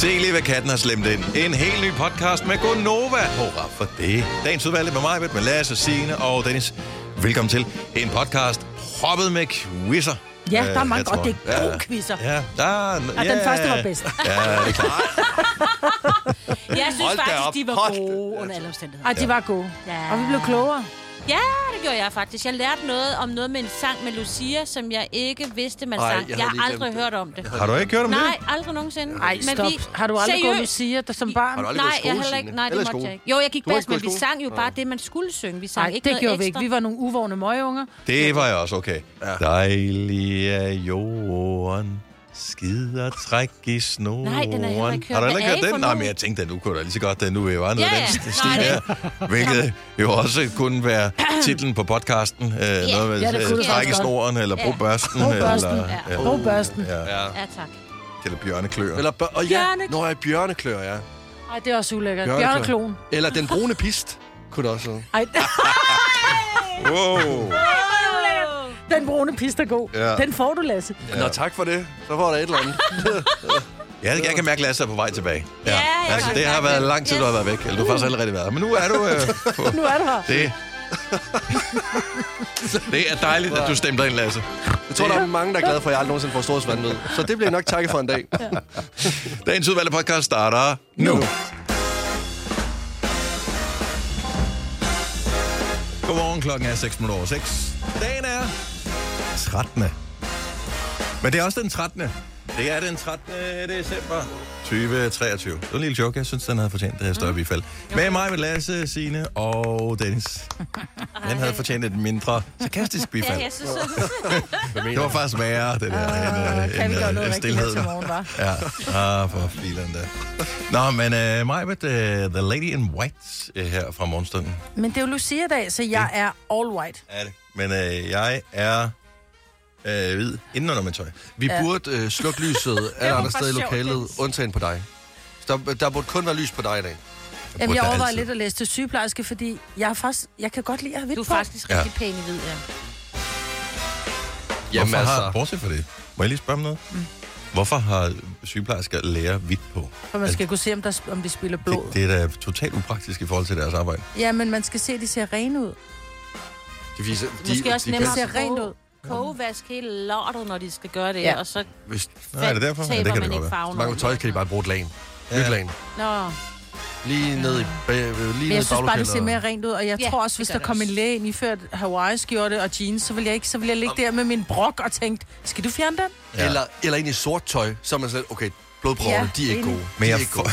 Se lige, hvad katten har slemt ind. En helt ny podcast med Gonova. Hurra for det. Dagens udvalgte med mig, med Lasse, Signe og Dennis. Velkommen til en podcast proppet med quizzer. Ja, der er mange godt. Det er gode quizzer. Ja, den første var bedst. Ja, det er klart. Jeg synes faktisk, de var gode under alle omstændigheder. De var gode. Ja. Og vi blev klogere. Ja, det gjorde jeg faktisk. Jeg lærte noget om noget med en sang med Lucia, som jeg ikke vidste, man sang. Jeg har aldrig hørt om det. Har du ikke hørt om det? Nej, aldrig nogensinde. Nej, stop. Har du aldrig gået Lucia som barn? Nej, jeg heller ikke. Nej, det måtte jeg ikke. Jo, jeg gik bas, men vi sang jo bare det, man skulle synge. Vi sang ikke det noget gjorde ekstra. vi ikke. Vi var nogle uvågne møgeunger. Det var jeg også, okay. Ja. Dejlig er jorden, skider træk i snoren. Nej, den har jeg heller ikke hørt. Har du heller ikke Hvad er hørt I for den? Nej, nogen? men jeg tænkte, at nu kunne da lige så godt, at nu var noget af den stil Nej, her. Hvilket jo også kunne være titlen på podcasten. Noget med træk i snoren, eller brug børsten. Brug børsten. Ja, Ja, tak. eller bjørneklør. Eller når jeg bjørneklør, ja. Ej, det er også ulækkert. Bjørneklon. Eller den brune pist, kunne det også. Ej, Wow. den brune pist er god. Ja. Den får du, Lasse. Ja. Nå, tak for det. Så får der et eller andet. Jeg kan mærke, at Lasse er på vej tilbage. Ja, altså, det har været lang tid, du har været væk. Eller du har faktisk allerede været. Men nu er du Nu er du her. Det er dejligt, at du stemte ind, Lasse. Jeg tror, der er mange, der er glade for, at jeg aldrig nogensinde får storhedsvanvid. Så det bliver nok takke for en dag. Ja. Dagens udvalgte podcast starter nu. Godmorgen, klokken er 6:06. Dagen er 13. Men det er også den 13. Det er den 13. december 2023. Det var en lille joke. Jeg synes, den havde fortjent det her større bifald. Med mig, med Lasse, Signe og Dennis. Den havde fortjent et mindre sarkastisk bifald. Ja, jeg synes også. Det var faktisk værre, det der, kan vi gøre noget end rigtigt stilheden. til morgen, hva'? Ja, for filen der. Nå, men mig med The Lady in White her fra morgenstunden. Men det er jo Lucia-dag, så jeg er all white. Er det. Men jeg er hvid indenunder mit tøj. Vi burde slukke lyset alle andre steder i lokalet, undtagen på dig. Der burde kun være lys på dig i dag. Jamen, jeg overvejer lidt at læse til sygeplejerske, fordi jeg kan godt lide at have hvidt Du på. er faktisk rigtig pæn i hvid, ja. Hvorfor har, bortset fra det, må jeg lige spørge om noget? Hvorfor har sygeplejersker lærer hvidt på? For man skal kunne se, om de spiller blod. Det er da totalt upraktisk i forhold til deres arbejde. Ja, men man skal se, at de ser rene ud. Måske også nemmere ser rent ud. Kogevask hele lortet, når de skal gøre det, Ja. og så Er det derfor? taber det kan man det ikke godt farven. Mange tøj kan de bare bruge et lag. Nyt lag. Nå. Lige ned i Men jeg synes bare, det ser mere rent ud, og jeg tror også, hvis det der gør kom det en læge ind i ført Hawaii-skjorte og jeans, så vil jeg ligge der med min brok og tænke, skal du fjerne den? Ja. Eller ind i sort tøj, så er man slet, okay, blodprøverne, de er ikke gode. Men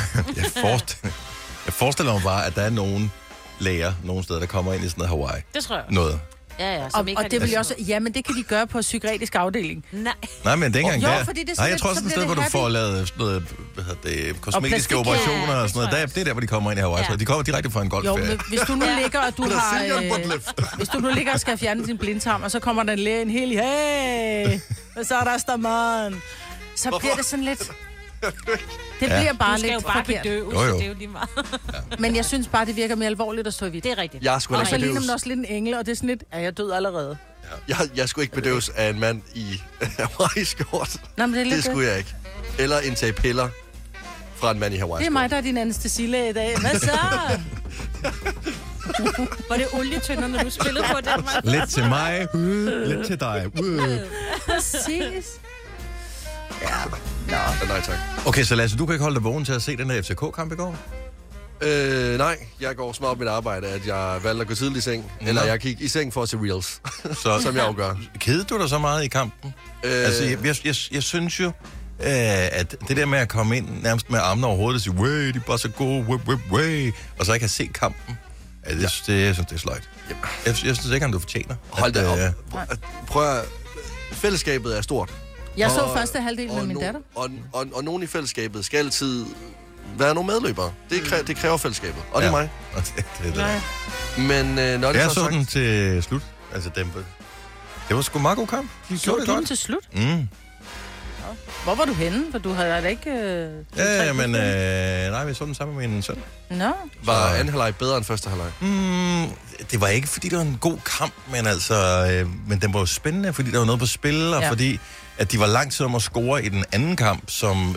jeg forestiller mig bare, at der er nogen læger, nogle steder, der kommer ind i sådan noget Hawaii. Det tror jeg. Noget. Ja, Og det vil jeg også... Ja, men det kan de gøre på psykiatrisk afdeling. Nej, men det er ikke engang der. Fordi det er Nej, jeg lidt, tror sådan et sted, hvor du får lavet sådan noget, kosmetiske operationer og sådan noget. Det er der, hvor de kommer ind i Hawaii. De kommer direkte fra en golfferie. Jo, men hvis du nu ligger, og du har... hvis du nu ligger og skal fjerne din blindtarm, og så kommer der en læge en hel hey, og så er der stammen. Så bliver det sådan lidt... Det bliver bare lidt jo bare forkert. bedøves, Jo. det er jo lige meget. Men jeg synes bare, det virker mere alvorligt at stå i hvidt. Det er rigtigt. Jeg skulle Og så ikke ligner man bedøves. også lidt en engel, og det er sådan lidt, jeg død allerede. Jeg skulle ikke bedøves af en mand i Hawaii-skjort. Nå, men det er lidt Det skulle jeg ikke. Eller indtage piller fra en mand i Hawaii-skjort. Det er mig, der er din anestesilæge i dag. Hvad så? Var det olietønderne, du spillede på den? Lidt til mig, lidt til dig. Præcis. Nej, tak. Okay, så Lasse, du kan ikke holde dig vågen til at se den der FCK-kamp i går? Nej, jeg går så meget op mit arbejde, at jeg valgte at gå tidligt i seng. Eller jeg gik i seng for at se Reels, som jeg jo gør. Kedede du dig så meget i kampen? Altså, jeg synes jo, at det der med at komme ind nærmest med armene over hovedet og sige, way, de er bare så gode, way, og så ikke have set kampen, jeg synes, det er sløjt. Jeg synes ikke, om du fortjener. Hold da op. Prøv at... Fællesskabet er stort. Jeg så første halvdel med min datter. Og nogen i fællesskabet skal altid være nogle medløbere. Det kræver fællesskabet, og det er mig. Men når det jeg så så sagt... den til slut. Altså, det var sgu en meget god kamp. Så du den til slut? Hvor var du henne? For du havde da ikke... Ja, men nej, vi så den sammen med min søn. Nå. Var anden halvleg bedre end første halvleg? Det var ikke, fordi det var en god kamp, men altså, men den var jo spændende, fordi der var noget på spil, og fordi at de var lang tid om at score i den anden kamp, som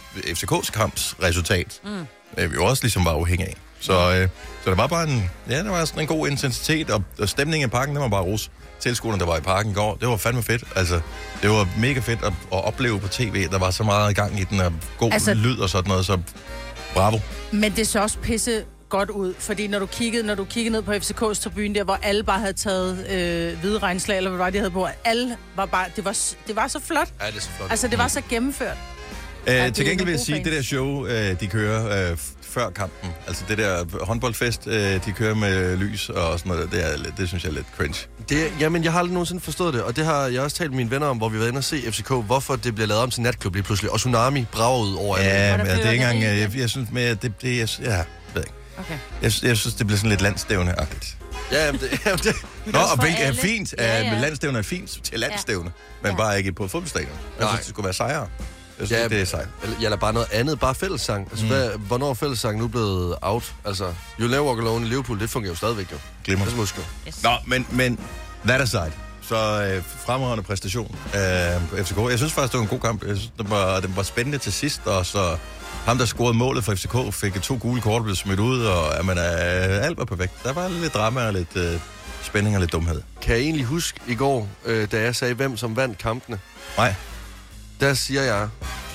FCK's kampsresultat, vi jo også ligesom var afhængige af. Så det var bare der var sådan en god intensitet, og stemningen i parken, den var bare rus. Tilskuerne, der var i parken i går, det var fandme fedt. Altså, det var mega fedt at opleve på tv. Der var så meget gang i den, og god lyd og sådan noget, så bravo. Men det så også pisse godt ud, fordi når du kiggede ned på FCK's tribune der, hvor alle bare havde taget hvide regnslag, eller hvad de havde på, alle var bare, det var så flot. Ja, det er så flot. Altså, det var så gennemført. Til gengæld vil jeg sige, det der show, de kører før kampen, altså det der håndboldfest, de kører med lys og sådan noget, det synes jeg er lidt cringe. Jamen, jeg har aldrig nogensinde forstået det, og det har jeg også talt med mine venner om, hvor vi var inde og se FCK, hvorfor det bliver lavet om til natklub lige pludselig, og Tsunami brager ud over alle. Ja, men det er ikke engang, jeg synes med, det jeg ved ikke. Okay. Jeg synes, det bliver sådan lidt landstævne-agtigt. Ja, det Nå, og hvilket er fint. Med landstævne er fint til landstævne, men bare ikke på fodboldstadion. Jeg synes, det skulle være sejre. Jeg synes, det er sejt. Eller bare noget andet, bare fællessang. Altså, hvornår er fællessang nu blevet out? Altså, You Never Walk Alone i Liverpool, det fungerer jo stadigvæk jo. Glimmer. Yes. Nå, men that aside. Så fremragende præstation på FCK. Jeg synes faktisk, det var en god kamp. Jeg synes, den var spændende til sidst, og så ham, der scorede målet for FCK, fik 2 gule kort og blev smidt ud, og alt var perfekt. Der var lidt drama og lidt spænding og lidt dumhed. Kan jeg egentlig huske i går, da jeg sagde, hvem som vandt kampene? Nej. Der siger jeg,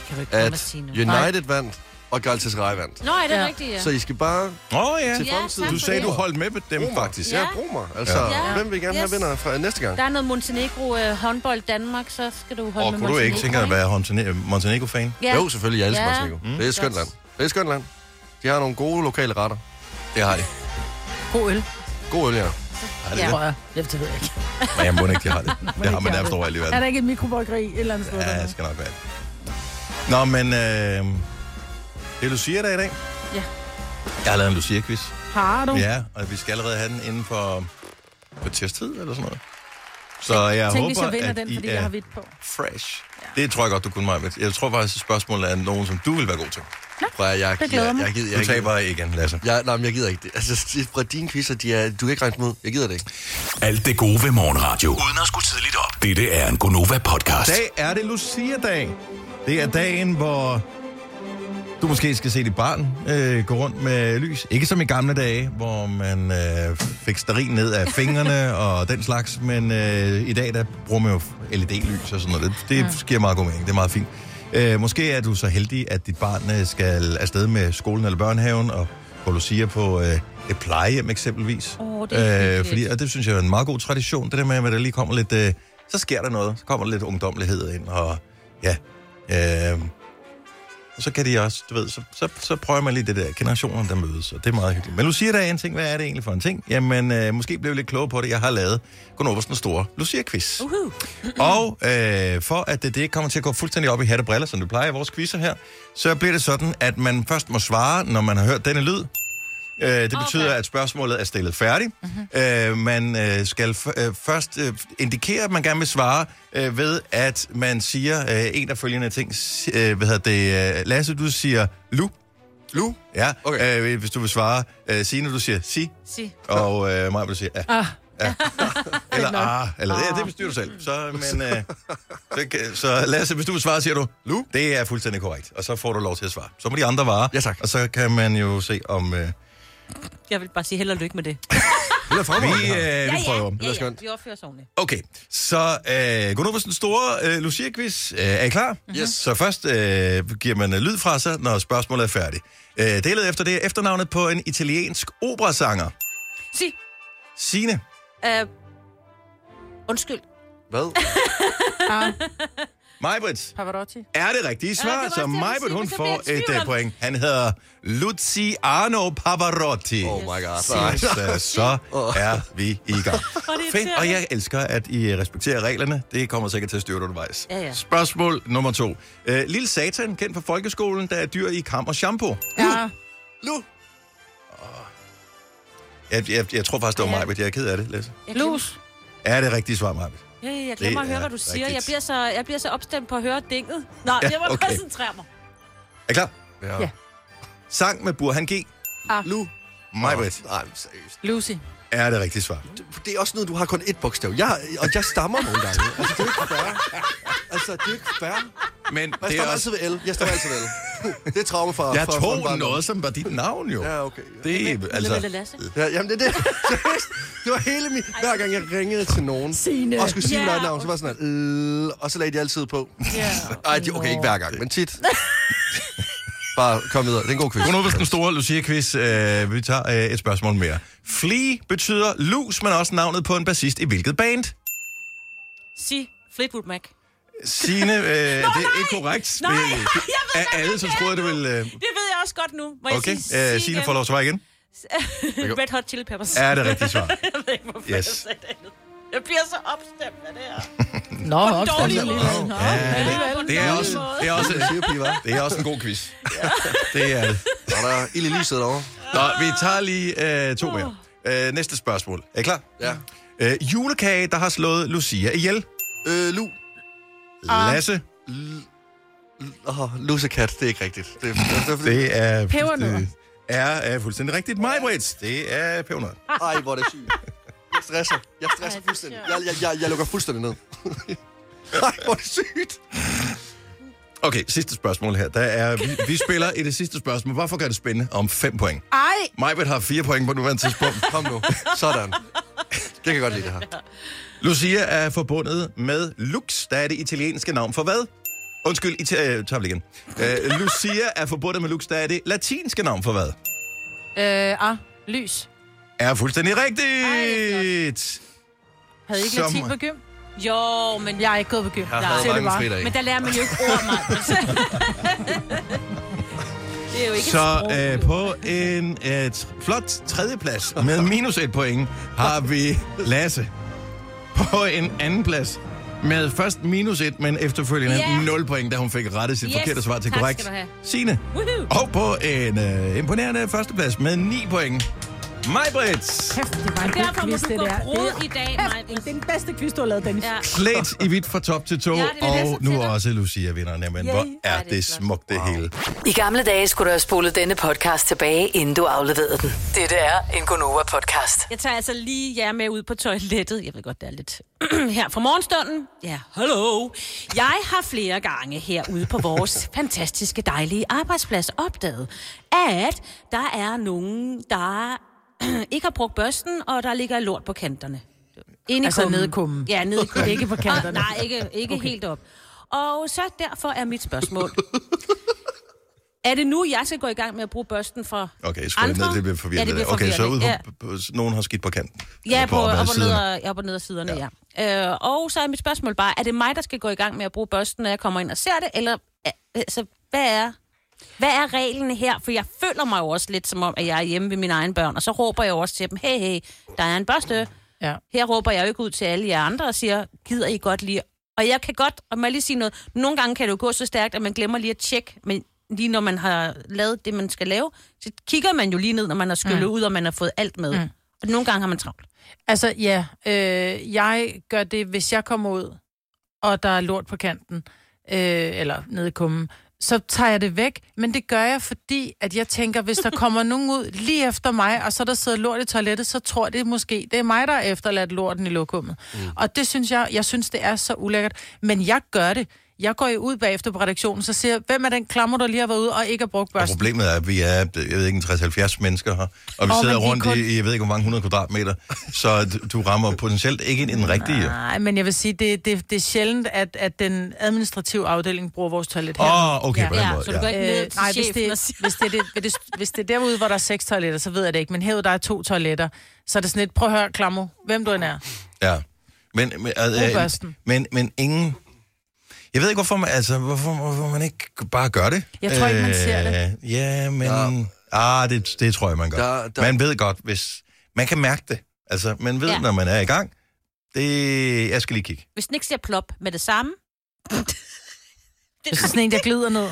at United vandt, og Galatasaray vandt. Nå, er det rigtigt, ja. Så I skal bare til fremtiden. Du sagde, du holdt med dem, faktisk. Ja, brug mig. Altså, hvem vil gerne have vinder fra næste gang? Der er noget Montenegro håndbold Danmark, så skal du holde med Montenegro. Kunne du ikke tænke dig at være Montenegro-fan? Ja. Jo, selvfølgelig. Jeg elsker Montenegro. Det er et skønt land. Det er et skønt land. De har nogle gode lokale retter. Det har de. God øl. God øl, ja. Det ved jeg ikke. Nej, jeg må ikke, de har det. Det har man nærmest over alt i verden. Er der ikke et mikrobryggeri et eller andet sted? Ja, det skal nok være det. Nå, men det er Lucia-dag i dag. Ja. Jeg har lavet en Lucia-quiz. Har du? Ja, og vi skal allerede have den inden for tirsdag eller sådan noget. Så jeg håber, hvis jeg vinder den, fordi jeg har vidt på. Fresh. Ja. Det tror jeg godt, du kunne mig. Jeg tror faktisk, at spørgsmålet er nogen, som du vil være god til. Ja, det glæder mig. Du taber igen, Lasse. Nej, men jeg gider ikke det. Altså, fra dine quizzer, du kan ikke regne dem ud. Jeg gider det ikke. Alt det gode ved morgenradio, uden at skulle tidligt op. Dette er en Gonova-podcast. I dag er det Lucia-dag. Det er dagen, hvor du måske skal se dit barn gå rundt med lys. Ikke som i gamle dage, hvor man fik stearin ned af fingrene og den slags, men i dag der bruger man jo LED-lys og sådan noget. Det giver meget god mening. Det er meget fint. Måske er du så heldig, at dit barn skal afsted med skolen eller børnehaven og på Lucia på et plejehjem eksempelvis. Fordi, og det synes jeg er en meget god tradition. Det der med, at der lige kommer lidt... så sker der noget. Så kommer der lidt ungdommelighed ind, og ja... og så kan de også, du ved, så prøver man lige det der generationer, der mødes, og det er meget hyggeligt. Men Lucia, der er en ting. Hvad er det egentlig for en ting? Jamen, måske bliver vi lidt klogere på det. Jeg har lavet Gonovas den store Lucia-quiz. Og for at det kommer til at gå fuldstændig op i hat og briller, som du plejer i vores quizzer her, så bliver det sådan, at man først må svare, når man har hørt denne lyd. Det betyder, at spørgsmålet er stillet færdigt. Man skal først indikere, at man gerne vil svare ved, at man siger en af følgende ting. Lasse, du siger lu. Lu? Ja. Okay. Hvis du vil svare. Signe, du siger si. Og Maja, du siger ja. Eller det bestyrer du selv. Så Lasse, hvis du vil svare, siger du lu. Det er fuldstændig korrekt. Og så får du lov til at svare. Så må de andre vare. Ja, tak. Og så kan man jo se om... Jeg vil bare sige held og lykke med det. Vi prøver. Vi opfører os ordentligt. Okay, så Gonovas den store Lucia-quiz. Er I klar? Yes. Så først giver man lyd fra sig, når spørgsmålet er færdigt. Delet efter det er efternavnet på en italiensk operasanger. Signe. Undskyld. Hvad? Majbrit. Pavarotti. Er det rigtige svar, så Majbrit, hun får et point. Han hedder Luciano Pavarotti. Oh my god. Så er vi i gang. Fedt, og jeg elsker, at I respekterer reglerne. Det kommer sikkert til at styre undervejs. Ja. Spørgsmål nummer 2. Lille Satan, kendt fra folkeskolen, der er dyr i kam og shampoo. Ja. Lu. Jeg tror faktisk, det var Majbrit. Jeg er ked af det, Lasse. Lus. Er det rigtige svar, Majbrit? Ja, jeg glemmer at høre, hvad du siger. Jeg bliver så opstemt på at høre dinget. Nå, jeg må koncentrere mig. Er klar? Ja. Sang med Burhan G. Lu. Majbrit. Nej, seriøst. Lucy. Er det rigtige svar? Det er også noget, du har kun ét bogstav. Jeg stammer nogle gange. Altså, det er ikke fair. Men jeg står altid ved L. Jeg står altid ved L. er traume fra... Jeg tog noget, som var dit navn, jo. Ja, okay. Det er, altså... Ja, jamen, det er det. Det var hele min... Hver gang jeg ringede til nogen, Signe. og skulle sige mit navn, så var sådan og så lagde de altid på. Ej, okay, ikke hver gang, men tit. Bare kom videre. Det er en god quiz. Nu er den store Lucia-quiz. Vi tager et spørgsmål mere. Flea betyder lus, men også navnet på en bassist i hvilket band? Sig Fleetwood Mac. Signe, det er ikke korrekt. Nej, af alle, så troede jeg, det ville... Det ved jeg også godt nu. Må okay, Signe får lov at svare igen. Red Hot Chili Peppers. Er det rigtigt svar? Jeg ved ikke, hvorfor jeg sagde det andet. Jeg bliver så opstemt af det her. Nå, opstemt. Det er også en god quiz. Det er det. Så er der ild i lyset derovre. Nå, vi tager lige 2 mere. Næste spørgsmål. Er I klar? Ja. Julekage, der har slået Lucia ihjel. Lu. Lasse. Lusekat, det er ikke rigtigt. Det er... Pebernødder. Er fuldstændig rigtigt. Majbrits, det er pebernødder. Ej, hvor er det sygt. Jeg stresser fuldstændig. Jeg lukker fuldstændig ned. Ej, hvor er det sygt. Okay, sidste spørgsmål her. Vi spiller i det sidste spørgsmål. Hvorfor gør det spændende? Om 5 point. Ej! Majbrit har 4 point på nuværende tidspunkt. Kom nu. Sådan. Det kan jeg godt lide, det her. Lucia er forbundet med Lux, der er det italienske navn for hvad? Undskyld, tager vi igen. Lucia er forbundet med Lux, der er det latinske navn for hvad? Lys. Er fuldstændig rigtigt! Havde I ikke latin på gym? Jo, men... Jeg er ikke gået på gym. Men der lærer man jo ikke ord, Maja. Det er jo ikke så på en flot tredjeplads med minus 1 point har vi Lasse. På en anden plads med først minus 1, men efterfølgende 0 point, da hun fik rettet sit forkerte svar til korrekt. Signe. Og på en imponerende førsteplads med 9 point. Majbrits. Kæft, det var en derfor quiz, må du gå brud i dag, Majbrits. Det er den bedste quiz, du har lavet, Dennis. Ja. Klædt i hvidt fra top til tå, og nu også Lucia-vinderne. Men hvor er det smukt, det hele. I gamle dage skulle du have spolet denne podcast tilbage, inden du afleverede den. Dette er en Gonova-podcast. Jeg tager altså lige jer med ud på toilettet. Jeg ved godt, det er lidt her fra morgenstunden. Ja, hallo. Jeg har flere gange herude på vores fantastiske, dejlige arbejdsplads opdaget, at der er nogen, der ikke har brugt børsten, og der ligger lort på kanterne. Altså nede i kummen? Ja, nede i kummen. Ikke på kanterne? Nej, ikke okay. Helt op. Og så derfor er mit spørgsmål. Er det nu, jeg skal gå i gang med at bruge børsten for okay, andre? Ned, det bliver forvirrende. Ja, det bliver forvirrende. Okay, så nogen har skidt på kanten? Ja, på op og ned af siderne, ja. Og så er mit spørgsmål bare, er det mig, der skal gå i gang med at bruge børsten, når jeg kommer ind og ser det? Eller altså, hvad er reglene her? For jeg føler mig jo også lidt som om, at jeg er hjemme ved mine egne børn, og så råber jeg også til dem, hey, der er en børste. Ja. Her råber jeg jo ikke ud til alle jer andre og siger, gider I godt lige? Og jeg kan godt, og må jeg lige sige noget, nogle gange kan det jo gå så stærkt, at man glemmer lige at tjekke, men lige når man har lavet det, man skal lave, så kigger man jo lige ned, når man har skyllet ud, og man har fået alt med. Og nogle gange har man travlt. Altså, ja, jeg gør det, hvis jeg kommer ud, og der er lort på kanten, eller nede i kummen, så tager jeg det væk, men det gør jeg, fordi at jeg tænker, hvis der kommer nogen ud lige efter mig, og så der sidder lort i toilettet, så tror jeg det måske, det er mig, der har efterladt lorten i lokummet. Og det synes jeg synes, det er så ulækkert. Men jeg gør det. Jeg går jo ud bagefter på redaktionen, så siger hvem er den klammer, der lige har været ude og ikke har brugt børsten? Problemet er, at vi er, jeg ved ikke, 60-70 mennesker her, og vi sidder rundt i, jeg ved ikke, hvor mange 100 kvadratmeter, så du rammer potentielt ikke ind i den rigtige. Nej, men jeg vil sige, det er sjældent, at den administrative afdeling bruger vores toilet her. Okay, på den måde. Så du går ikke ned til chefen hvis det er derude, hvor der er 6 toiletter, så ved jeg det ikke, men herude der er 2 toiletter, så er det sådan lidt, prøv at høre, klammer, hvem du end er. Ja, men ingen... Jeg ved ikke, hvorfor man ikke bare gør det. Jeg tror ikke, man ser det. Ja, men... Det tror jeg, man gør. Man ved godt, hvis... Man kan mærke det. Altså, man ved, når man er i gang. Jeg skal lige kigge. Hvis den ikke ser plop med det samme... Det er sådan en, der glider ned.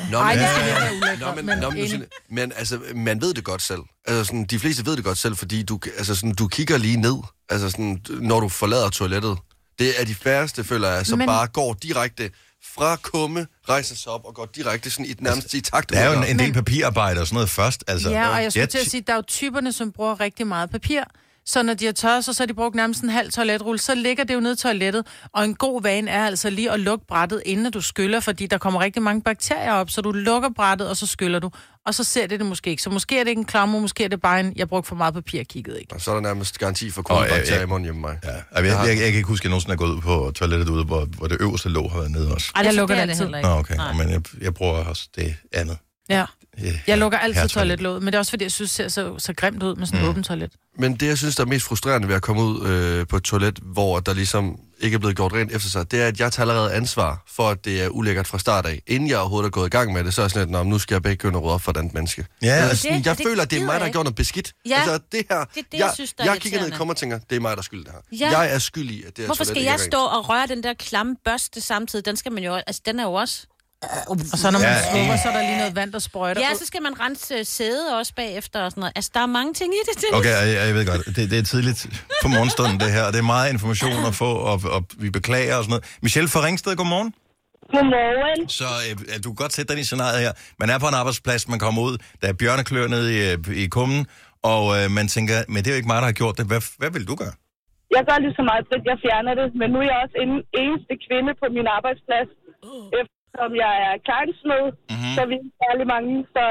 Men altså, man ved det godt selv. Altså, sådan, de fleste ved det godt selv, fordi du kigger lige ned, altså, sådan, når du forlader toilettet. Det er de færreste, føler jeg, som bare går direkte fra kumme, rejser sig op og går direkte sådan i nærmest i takt. Der er jo en del papirarbejde og sådan noget først. Altså, ja, og jeg skulle til at sige, der er jo typerne, som bruger rigtig meget papir. Så når de har tørret, så har de brugt nærmest en halv toiletrulle, så ligger det jo ned i toilettet. Og en god vane er altså lige at lukke brættet, inden du skyller, fordi der kommer rigtig mange bakterier op, så du lukker brættet, og så skyller du. Og så ser det måske ikke. Så måske er det ikke en klammer, måske er det bare en, jeg brugte for meget papir, kiggede ikke. Og så er der nærmest garanti for kolibakterier i munden hjemme mig. Ja. Jeg kan ikke huske, at jeg nogensinde er gået ud på toilettet ude, hvor det øverste låg har været nede også. Ej, jeg lukker det altid. Nå, okay. Men jeg bruger også det andet. Ja. Jeg lukker altid toiletlåget, men det er også fordi, jeg synes, det ser så grimt ud med sådan en åben toilet. Men det, jeg synes, der er mest frustrerende ved at komme ud på et toilet, hvor der ligesom ikke er blevet gjort rent efter sig, det er, at jeg tager allerede ansvar for, at det er ulækkert fra start af. Inden jeg overhovedet er gået i gang med det, så er jeg sådan lidt, nu skal jeg begynde at rydde op for et andet menneske. Ja, jeg føler, at det er mig, der har gjort noget beskidt. Ja, altså, det her, jeg kigger ned i kommer og tænker, det er mig, der skylder det her. Ja. Jeg er skyldig, at det er Hvorfor skal jeg stå og røre den der klamme børste samtidig? Den skal man jo, altså den er jo også... Og så når man slukker, så er der lige noget vand, der sprøjter. Ja, så skal man rense sæde også bagefter og sådan noget. Altså, der er mange ting i det. Okay, jeg ved godt. Det er tidligt på morgenstunden, det her, og det er meget information at få, og vi beklager og sådan noget. Michelle fra Ringsted, godmorgen. Godmorgen. Så du kan godt sætte dig i scenariet her. Man er på en arbejdsplads, man kommer ud, der er bjørneklør nede i kummen, og man tænker, men det er jo ikke mig, der har gjort det. Hvad vil du gøre? Jeg gør ligesom mig, Britt, jeg fjerner det, men nu er jeg også en eneste kvinde på min arbejdsplads, eftersom jeg er klejnsmed, så vi er særlig mange. Så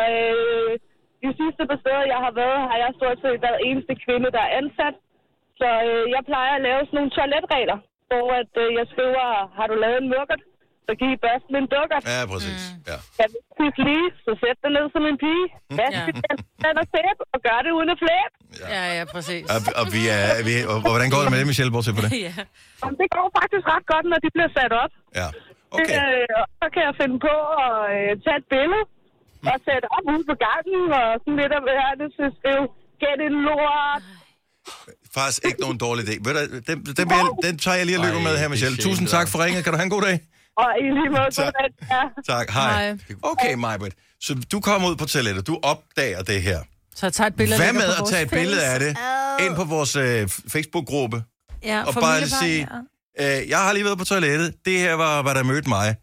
de sidste par steder, jeg har været, har jeg stort set været eneste kvinde, der er ansat. Så jeg plejer at lave sådan nogle toiletregler, hvor at, jeg skriver, har du lavet en mørkert, så giv børsten en dukkert. Ja, præcis. Ja. Kan du ikke lige, så sæt dig ned som en pige. Vask den og sæt, og gør det uden at flæbe. Ja, præcis. Og hvordan går det med det, Michelle, bortset på det? Det går faktisk ret godt, når de bliver sat op. Ja, okay. Så kan jeg finde på at tage et billede og sætte op ude på gangen, og sådan lidt af det, så skrive, get in lort. Faktisk ikke nogen dårlig idé. Den tager jeg lige at løbe med her, Michelle. Tusind tak for ringet. Kan du have en god dag? Og i lige måde, tak. Hej. Okay, Majbert. Så du kommer ud på toilettet. Du opdager det her. Så jeg tager et billede. Hvad med at tage et billede af det ind på vores Facebook-gruppe? Ja, og bare sige, jeg har lige været på toilettet. Det her var, hvad der mødte mig.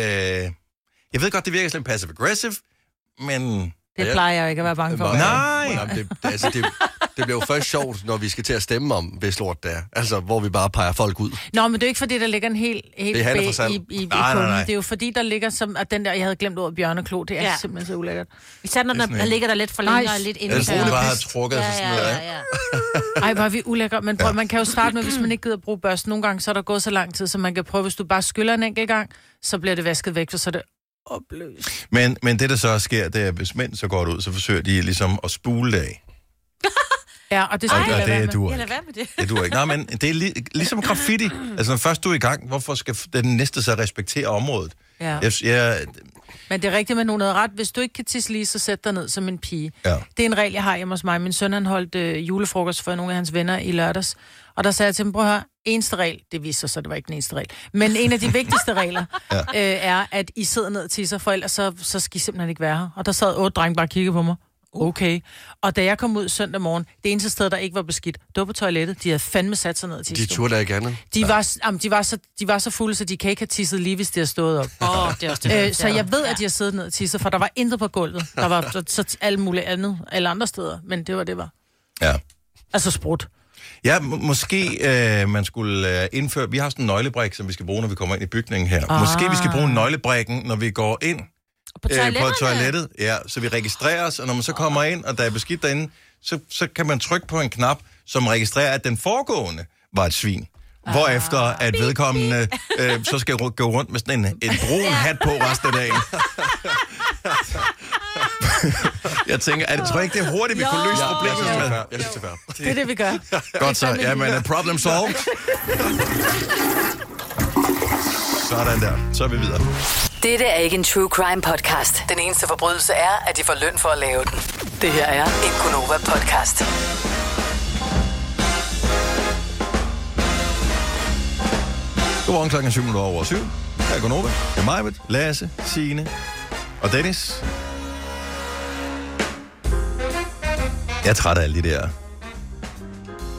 Jeg ved godt, det virker sådan passive-aggressive, men... Det plejer jeg ikke at være bange for. Nej! Det bliver jo først sjovt, når vi skal til at stemme om, hvis lort det er. Altså, hvor vi bare peger folk ud. Nå, men det er ikke fordi, der ligger en helt det er i nej. Det er jo fordi, der ligger som... At den der, jeg havde glemt ordet bjørneklo, det er simpelthen så ulækkert. Især når der ligger der lidt for længere og lidt inden. Jeg troede, det bare havde trukket sig sådan noget. Ej, hvor er vi ulækker. Men prøv, man kan jo starte med, hvis man ikke gider at bruge børsten. Nogle gange, så er der gået så lang tid, så man kan prøve, hvis du bare skyller en enkelt gang, så bliver det vasket væk, så er det opløst. Men det, der så sker, det er, hvis mænd så går ud, så forsøger de ligesom at spule det af. Ja, og det skal det duer ikke. Det duer ikke. Nej, men det er ligesom graffiti. Altså, når først du er i gang, hvorfor skal den næste så respektere området? Ja. Men det er rigtigt, men nogen havde ret. Hvis du ikke kan tisse lige, så sæt dig ned som en pige. Ja. Det er en regel, jeg har hjemme hos mig. Min søn, han holdt julefrokost for nogle af hans venner i lørdags. Og der sagde jeg til dem, prøv at høre, eneste regel, det viser sig, så det var ikke den eneste regel, men en af de vigtigste regler er, at I sidder ned og tisser, for ellers så skal I simpelthen ikke være her. Og der sad 8 drenge bare og kiggede på mig. Okay. Og da jeg kom ud søndag morgen, det eneste sted, der ikke var beskidt, det var på toilettet. De havde fandme sat sig ned og tisset. De turde da ikke andet. De var så fulde, så de kan ikke have tisset lige, hvis de har stået op. Det er også det. Så jeg ved, at de har siddet ned og tisset, for der var intet på gulvet. Der var så alt muligt andet, alle andre steder, men det var. Ja. Altså sprut. Ja, måske man skulle indføre... Vi har sådan en nøglebrik, som vi skal bruge, når vi kommer ind i bygningen her. Måske vi skal bruge nøglebrikken, når vi går ind på toilettet. Ja, så vi registrerer os, og når man så kommer ind, og der er beskidt derinde, så kan man trykke på en knap, som registrerer, at den foregående var et svin. Hvorefter at vedkommende så skal gå rundt med sådan en brun hat på resten af dagen. Jeg tænker, tror jeg ikke, det er hurtigt, vi kunne løse problemet med? Jeg synes, det er fair. Det er det, vi gør. Godt så. Jamen, problem solved. Sådan der. Så er vi videre. Dette er ikke en true crime podcast. Den eneste forbrydelse er, at de får løn for at lave den. Det her er en Gonova podcast. Godmorgen, klokken 7:07. Her er Gonova. Det er Majbert, Lasse, Signe og Dennis. Jeg er træt af alle de der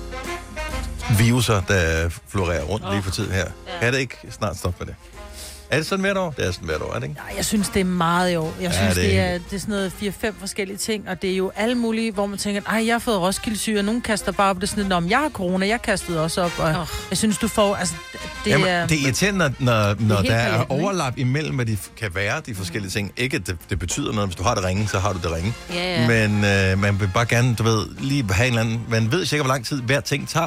viruser, der florerer rundt lige for tiden her. Kan det ikke snart stoppe med det? Er det sådan hvert år? Det er sådan hvert år, er det ikke? Nej, jeg synes, det er meget i år. Jeg synes, det er sådan noget 4-5 forskellige ting, og det er jo alle mulige, hvor man tænker, ej, jeg har fået Roskilde-syge, og nogen kaster bare op det sådan, om jeg har corona, jeg kastede også op, og jeg synes, du får, altså, det er irriterende, når der er paletten, overlap imellem, hvad de kan være, de forskellige ting. Ikke, at det betyder noget. Hvis du har det ringe, så har du det ringe. Ja. Men man vil bare gerne, du ved, lige have en eller anden... Man ved sikkert, hvor lang tid hver ting tager.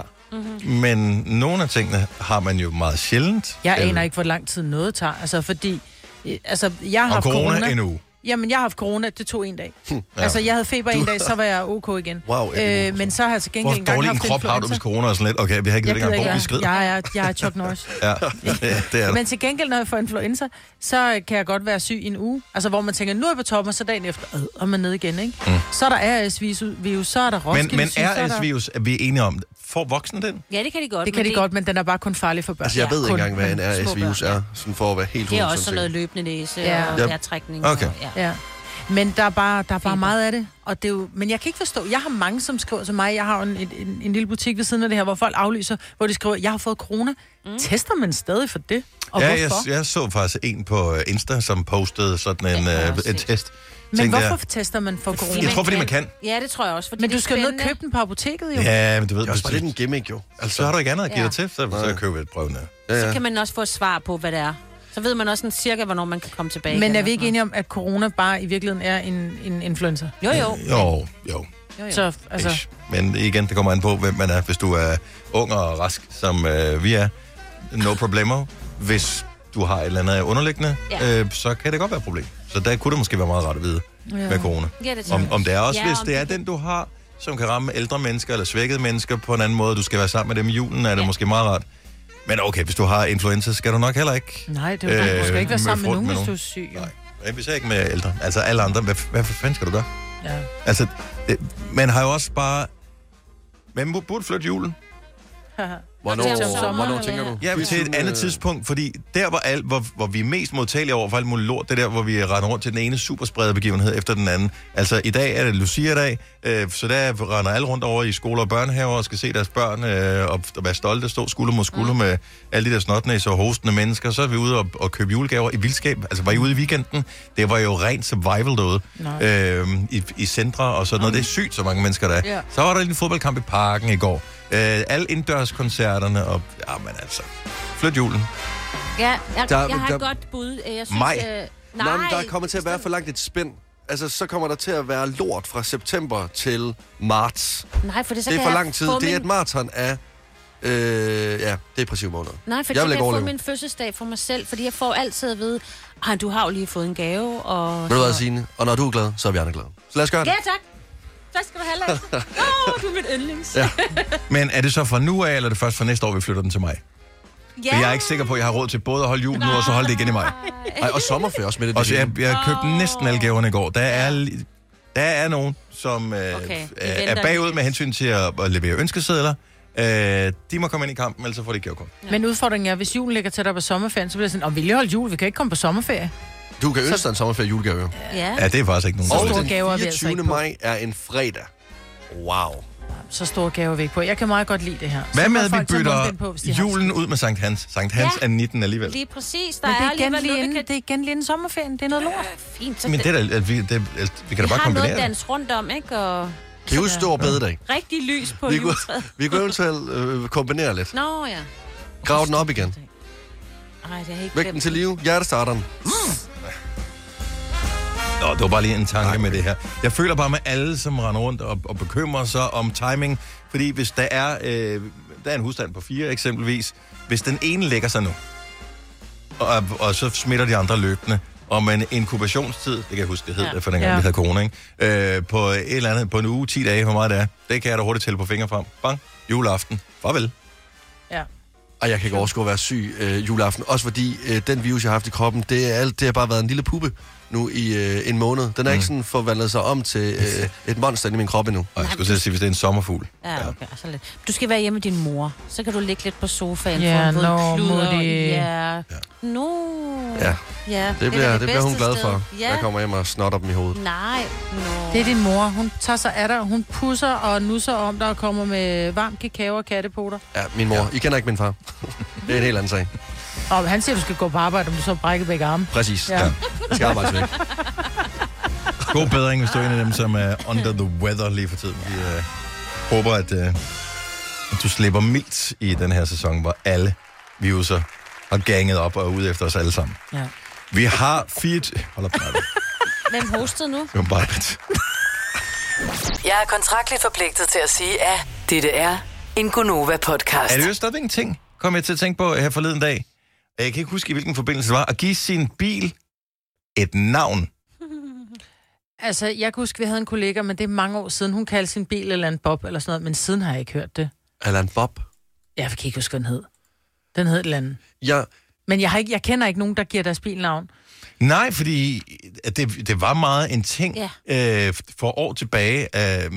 Men nogle af tingene har man jo meget sjældent. Jeg aner ikke, hvor lang tid noget tager. Altså, fordi... Altså, jeg har haft corona en uge. Jamen, jeg har haft corona, det tog en dag. Altså, jeg havde feber en dag, så var jeg OK igen. Wow, men så har jeg til gengæld engang haft influenza. Hvor dårlig en krop har du, hvis corona er sådan lidt? Okay, vi har ikke det engang, hvor vi skrider. Jeg er Chuck Norris. Ja, det er Men til gengæld, når jeg får influenza, så kan jeg godt være syg i en uge. Altså, hvor man tænker, nu er jeg på toppen, og så dagen efter, og man ned igen, ikke? Så er der RS-virus, så er der Roskilde. Men RS-virus, er vi enige om, får voksne den? Ja, det kan de godt. Det kan de godt, men den er bare kun farlig for børn. Altså, jeg ved ikke engang, hvad en RS-virus er, sådan for at være helt det er også sådan noget løbende næse og vejrtrækning. Okay. Ja. Men der er bare meget af det, og det er jo, men jeg kan ikke forstå, jeg har mange, som skriver til mig, jeg har en lille butik ved siden af det her, hvor folk aflyser, hvor de skriver, jeg har fået corona. Tester man stadig for det? Og hvorfor? Jeg så faktisk en på Insta, som postede sådan en test. Men hvorfor tester man for corona? Jeg tror, fordi man kan. Ja, det tror jeg også. Men du skal ned og købe den på apoteket, jo. Ja, men du ved... Det er også bare lidt en gimmick, jo. Altså, så har du ikke andet at give dig til, så køber et prøvende. Så kan man også få et svar på, hvad det er. Så ved man også sådan cirka, hvornår man kan komme tilbage. Men er vi ikke enige om, at corona bare i virkeligheden er en influenza? Jo. Så, altså... Men igen, det kommer an på, hvem man er. Hvis du er ung og rask, som vi er, no problemo. Hvis du har et eller andet underliggende, så kan det godt være et problem. Så der kunne det måske være meget rart at vide med corona. Ja, det om det er også, hvis det er den, du har, som kan ramme ældre mennesker eller svækkede mennesker på en anden måde, du skal være sammen med dem i julen, er det måske meget rart. Men okay, hvis du har influenza, skal du nok heller ikke... Nej, det er du skal ikke være sammen med nogen, hvis du er syg. Jo. Nej, vi ser ikke med ældre. Altså alle andre, hvad fanden skal du gøre? Ja. Altså, man har jo også bare... Man burde flytte julen. Hvornår tænker du? Ja, til et andet tidspunkt, fordi der, hvor vi er mest modtagelige over for alt muligt lort, det der, hvor vi render rundt til den ene supersprederbegivenhed efter den anden. Altså, i dag er det Lucia-dag, så der render alle rundt over i skoler og børnehaver og skal se deres børn og være stolte, stå skulder mod skulder med alle de der snotnæser og hostende mennesker. Så er vi ude og købe julegaver i vildskab. Altså, var I ude i weekenden? Det var jo rent survival derude. I centre og sådan noget. Det er sygt, så mange mennesker der er. Ja. Så var der en fodboldkamp i parken i går. Alle indendørskoncerterne, og men altså, flyt julen. Ja, jeg har et godt bud. Jeg synes, Nej, men der kommer til at være for langt et spænd. Altså, så kommer der til at være lort fra september til marts. Nej, for det er for lang tid. Det er et maraton af depressive måneder. Nej, for jeg vil få min fødselsdag for mig selv, fordi jeg får altid at vide, du har jo lige fået en gave. Og ved du hvad, Signe? Og når du er glad, så er vi andre glade. Så lad os gøre det. Ja, tak. Tak skal du have, Lasse. Du er mit yndlings. Ja. Men er det så fra nu af, eller er det først fra næste år, vi flytter den til mig? Ja. For jeg er ikke sikker på, at jeg har råd til både at holde jul nu, og så holde det igen i maj. Ej, og sommerferie også med det. Og så jeg købte næsten alle gaverne i går. Der er nogen, som er bagud med hensyn til at levere ønskesedler. De må komme ind i kampen, ellers så får de gavekort. Ja. Men udfordringen er, hvis julen ligger tæt op på sommerferien, så bliver det sådan, vi vil holde jul, vi kan ikke komme på sommerferie. Du kan ønske dig en sommerferie julegave. Ja, det er faktisk ikke nogen. Og den 24. maj er en fredag. Wow. Så store gaver vi ikke på. Jeg kan meget godt lide det her. Hvad med, at vi bytter julen ud med Sankt Hans? Sankt Hans er 19 alligevel. Lige præcis. Men det er igen lige en sommerferien. Det er noget lort. Fint. Men det er vi kan da bare kombinere det. Vi har noget dans rundt om, ikke? Og det er jo stor bededag. Rigtig lys på juletræet. Vi kunne eventuelt kombinere lidt. Nå, ja. Grav den op igen. Ej, det er helt væk den til live. Hjertestarteren. Nå, det var bare lige en tanke med det her. Jeg føler bare med alle, som render rundt og bekymrer sig om timing. Fordi hvis der er en husstand på 4 eksempelvis, hvis den ene lægger sig nu, og så smitter de andre løbende, og med en inkubationstid, det kan jeg huske, det hed, for dengang vi havde corona, ikke? På et eller andet, på en uge, 10 dage, hvor meget det er, det kan jeg da hurtigt tælle på fingre frem. Bang, juleaften. Farvel. Ja. Og jeg kan ikke overskue at være syg juleaften, også fordi den virus, jeg har haft i kroppen, det har bare været en lille puppe nu i en måned. Den er ikke sådan forvandlet sig om til et monster i min krop endnu. Og jeg skulle sige, hvis det er en sommerfugl. Ja, okay. Så lidt. Du skal være hjemme med din mor. Så kan du ligge lidt på sofaen for en kluder. Ja. Ja, det bliver hun glad for. Ja. Jeg kommer hjem og snotter dem i hovedet. Nej, det er din mor. Hun tager sig af dig. Hun pusser og nusser om dig og kommer med varm kakao og kattepoter. Ja, min mor. I kender ikke min far. Det er en helt anden sag. Og han siger, du skal gå på arbejde, om du så brækker begge arme. Præcis, Ja. ja. Jeg skal arbejde væk. God bedring, hvis du er en af dem, som er under the weather lige for tiden. Vi håber, at du slipper mildt i den her sæson, hvor alle viruser har ganget op og er ude efter os alle sammen. Ja. Vi har 4... Hold op, nej. Hvem hostede nu? Det var bare lidt. Jeg er kontraktligt forpligtet til at sige, at dette er en Gonova-podcast. Er det jo stadigvæk en ting, kom jeg til at tænke på her forleden dag. Jeg kan ikke huske, i hvilken forbindelse det var. At give sin bil et navn. Altså, jeg kan huske, vi havde en kollega, men det er mange år siden. Hun kaldte sin bil eller en Bob eller sådan noget, men siden har jeg ikke hørt det. Alan Bob. Jeg kan ikke huske, hvad den hed. Den hed et eller andet. Ja. Men jeg kender ikke nogen, der giver deres bil navn. Nej, fordi det var meget en ting for år tilbage.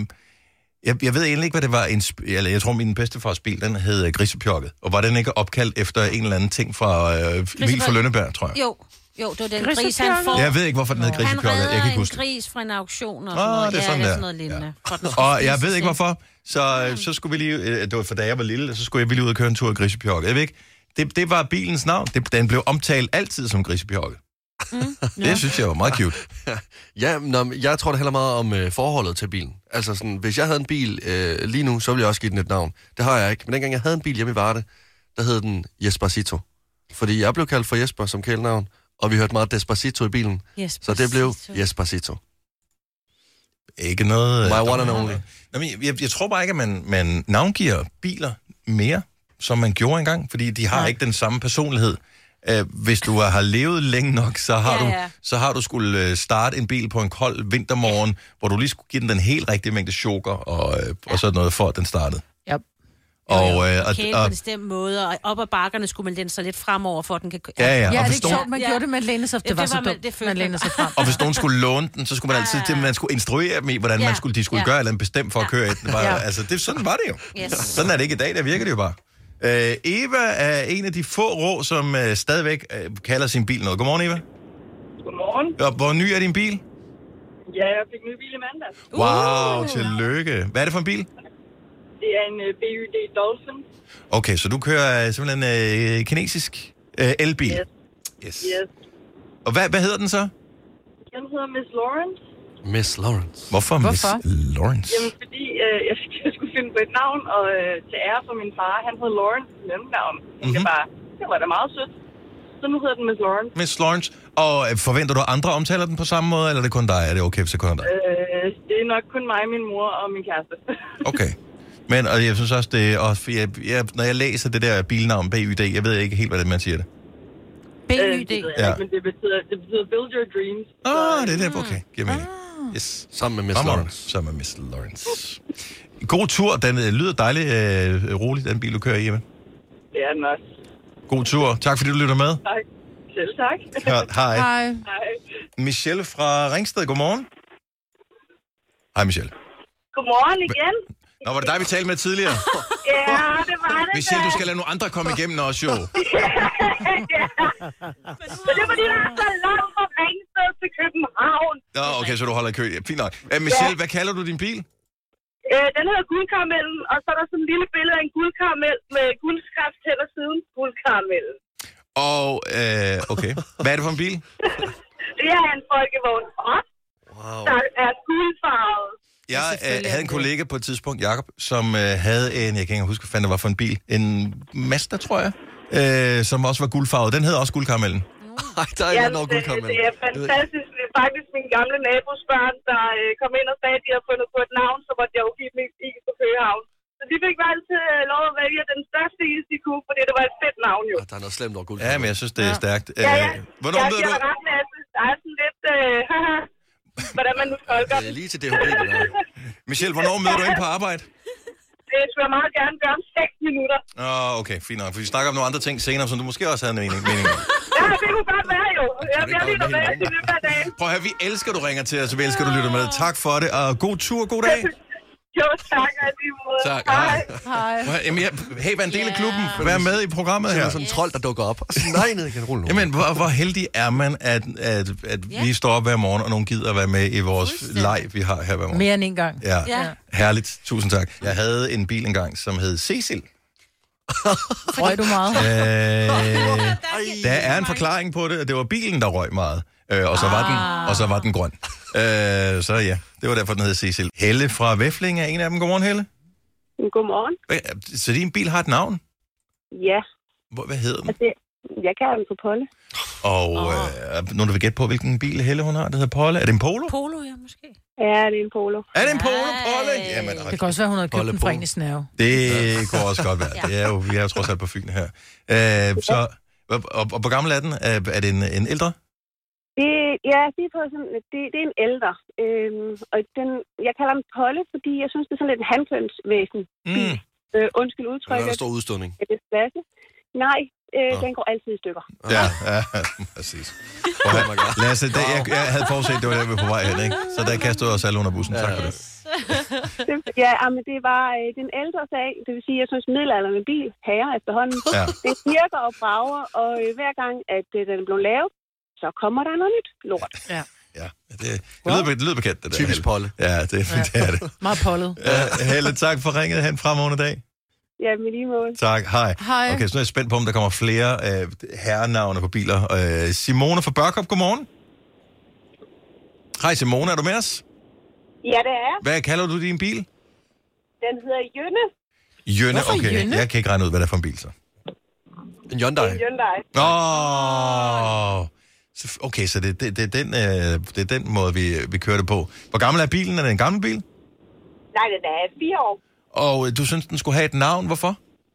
Jeg ved egentlig ikke, hvad det var. Eller jeg tror, min bedstefars bil, den hed Grisepjokket. Og var den ikke opkaldt efter en eller anden ting fra Emil fra Lønneberg, tror jeg? Jo, det var den gris, han får. Jeg ved ikke, hvorfor den hed Grisepjokket. Jeg kan ikke huske Han redder en gris fra en auktion og sådan noget. Det er sådan, det er der. sådan noget lignende. Ja. Og jeg ved ikke, hvorfor. Så skulle vi lige... Det var for da jeg var lille, så skulle jeg lige ud og køre en tur i Grisepjokket. Jeg ved ikke. Det var bilens navn. Den blev omtalt altid som Grisepjokket. Det synes jeg var meget cute. Ja, jeg tror det handler meget om forholdet til bilen. Altså sådan, hvis jeg havde en bil lige nu, så ville jeg også give den et navn. Det har jeg ikke. Men dengang jeg havde en bil hjemme i Varde, der hed den Jespersito. Fordi jeg blev kaldt for Jesper som kælenavn, og vi hørte meget Despacito i bilen. Så det blev Jespersito. Ikke noget... My one and only. Jeg tror bare ikke, at man navngiver biler mere, som man gjorde engang, fordi de har ikke den samme personlighed. Hvis du har levet længe nok, så har du skulle starte en bil på en kold vintermorgen, hvor du lige skulle give den helt rigtige mængde sukker og sådan noget, for at den startede. Yep. Og kæle på en bestemt måde, og op ad bakkerne skulle man læne sig lidt fremover, for at den kan... Ja, det er ikke sjovt, man gjorde det med læne sig. Det var så dumt, man læne sig frem. Og hvis nogen skulle låne den, så skulle man altid man skulle instruere dem i, hvordan de skulle gøre, eller bestemt for at køre et. Altså, sådan var det jo. Yes. Sådan er det ikke i dag, der virker det jo bare. Eva er en af de få rå, som stadigvæk kalder sin bil noget. Godmorgen, Eva. Godmorgen. Og hvor ny er din bil? Ja, jeg fik ny bil i mandag. Wow, tillykke. Hvad er det for en bil? Det er en BYD Dolphin. Okay, så du kører simpelthen kinesisk elbil? Yes. Og hvad hedder den så? Den hedder Miss Lawrence. Miss Lawrence. Hvorfor? Miss Lawrence? Jamen, fordi jeg skulle finde på et navn, og til ære for min far, han hed Lawrence i mellemnavn. Det var da meget sødt. Så nu hedder den Miss Lawrence. Miss Lawrence. Og forventer du, at andre omtaler den på samme måde, eller er det kun dig? Er det okay, hvis det kun er dig? Det er nok kun mig, min mor og min kæreste. Okay. Men og jeg synes også, det er også, når jeg læser det der bilnavn BYD, jeg ved ikke helt, hvad det man siger det. BYD? Ja. Men det betyder Build Your Dreams. Det er det. Okay, giver mening. Yes. Sammen med Miss Lawrence. Sammen med Miss Lawrence. God tur. Den lyder dejligt roligt, den bil, du kører i, Eva. Det er den også. God tur. Tak, fordi du lytter med. Tak. Selv tak. Hej. Hej. Michelle fra Ringsted, godmorgen. Hej, Michelle. Godmorgen igen. Nå, var det dig, vi talte med tidligere? Ja, det var det. Michelle, du skal lade nogle andre komme igennem også, jo. Men det var fordi, der er så langt fra Ringsted til København. Nå, okay, så du holder i kø. Ja, fint nok. Michelle, hvad kalder du din bil? Den hedder Guldkaramellen, og så er der sådan et lille billede af en guldkaramel med guldskrift hen ad siden. Guldkaramellen. Og, okay. Hvad er det for en bil? Det er en folkevogn. Der er guldfarvet. Jeg havde en kollega på et tidspunkt, Jakob, som havde en, jeg kan ikke huske, hvad fanden det var for en bil, en Mazda, tror jeg, som også var guldfarvet. Den hedder også Guldkaramellen. Ej, der er ikke noget Guldkaramellen. Det er fantastisk. Det er faktisk min gamle nabos børn, der kom ind og sagde, at de havde fundet på et navn, så måtte jeg jo give dem is på Køgehavn. Så de fik altid lov at vælge den største is, de kunne, fordi det var et fedt navn jo. Der er noget slemt over Guldkaramellen. Ja, men jeg synes, det er stærkt. Hvornår ved du? Der er sådan lidt... hvordan man nu tolker. Det er lige til DHB, det der. Michelle, hvornår møder du ind på arbejde? Det skulle jeg meget gerne gøre om 6 minutter. Okay, fint nok. For vi snakker om nogle andre ting senere, som du måske også havde en mening om. Ja, det kunne godt være jo. Jeg bliver lige der med i løbet af dagen. Prøv at høre, vi elsker, du ringer til os, vi elsker, du lytter med. Tak for det, og god tur, god dag. Jo, tak, og lige måde. Tak, hej. Jamen, hey, vær en del af klubben. Vær med i programmet her. Det er sådan en trold, der dukker op. Nej, ned igen, rulle nu. Jamen, hvor heldig er man, at vi står op hver morgen, og nogen gider at være med i vores live, vi har her hver morgen. Mere end en gang. Ja. Herligt. Tusind tak. Jeg havde en bil engang, som hed Cecil. Røg du meget? Der er en forklaring på det, og det var bilen, der røg meget. Og så var den grøn. Så ja, det var derfor, den hed Cecil. Helle fra Væfling er en af dem. Godmorgen, Helle. Godmorgen. Så din bil har et navn? Ja. Hvad hedder den? Jeg kalder den for Polle. Og nogen, der vil gætte på, hvilken bil Helle hun har, der hedder Polle. Er det en Polo? Polo, ja, måske. Ja, det er en Polo. Er det en Polo, Polle? Jamen, det kan også være, hun havde købt den fra en i Snave. Det kunne også godt være. Det er jo, vi er jo trods alt på Fyn her. Og hvor gammel er den? Er det en ældre? Det er på sådan, det er en ældre. Og jeg kalder den Polle, fordi jeg synes, det er sådan lidt en handkønsvæsen. Undskyld udtrykket. Der er stor udstødning. Er det klasse? Nej, den går altid i stykker. Ja, præcis. Lasse, jeg havde forudset, det var der, vi var på vej hen, ikke? Så der kastede os alle under bussen. Tak for det. Ja, men det var den ældre sag. Det vil sige, jeg synes, middelalderne bil herre efterhånden. Ja. Det virker og brager, og hver gang, at den blev lavet, så kommer der noget nyt lort. Ja. Ja, det lyder bekendt, det der. Typisk Polle. Ja, det er det. Meget pollet. Helle, tak for ringet. Ha' en fremragende dag. Ja, med lige måde. Tak, hej. Okay, så nu er jeg spændt på, om der kommer flere herrenavne på biler. Simone fra Børkop, godmorgen. Hej Simone, er du med os? Ja, det er. Hvad kalder du din bil? Den hedder Jønne. Jønne, Hvorfor okay. Jønne? Jeg kan ikke regne ud, hvad det er for en bil, så. En Hyundai. En Hyundai. Okay, så det er den måde, vi kører det på. Hvor gammel er bilen? Er det en gammel bil? Nej, den er 4 år. Og du synes, den skulle have et navn. Hvorfor?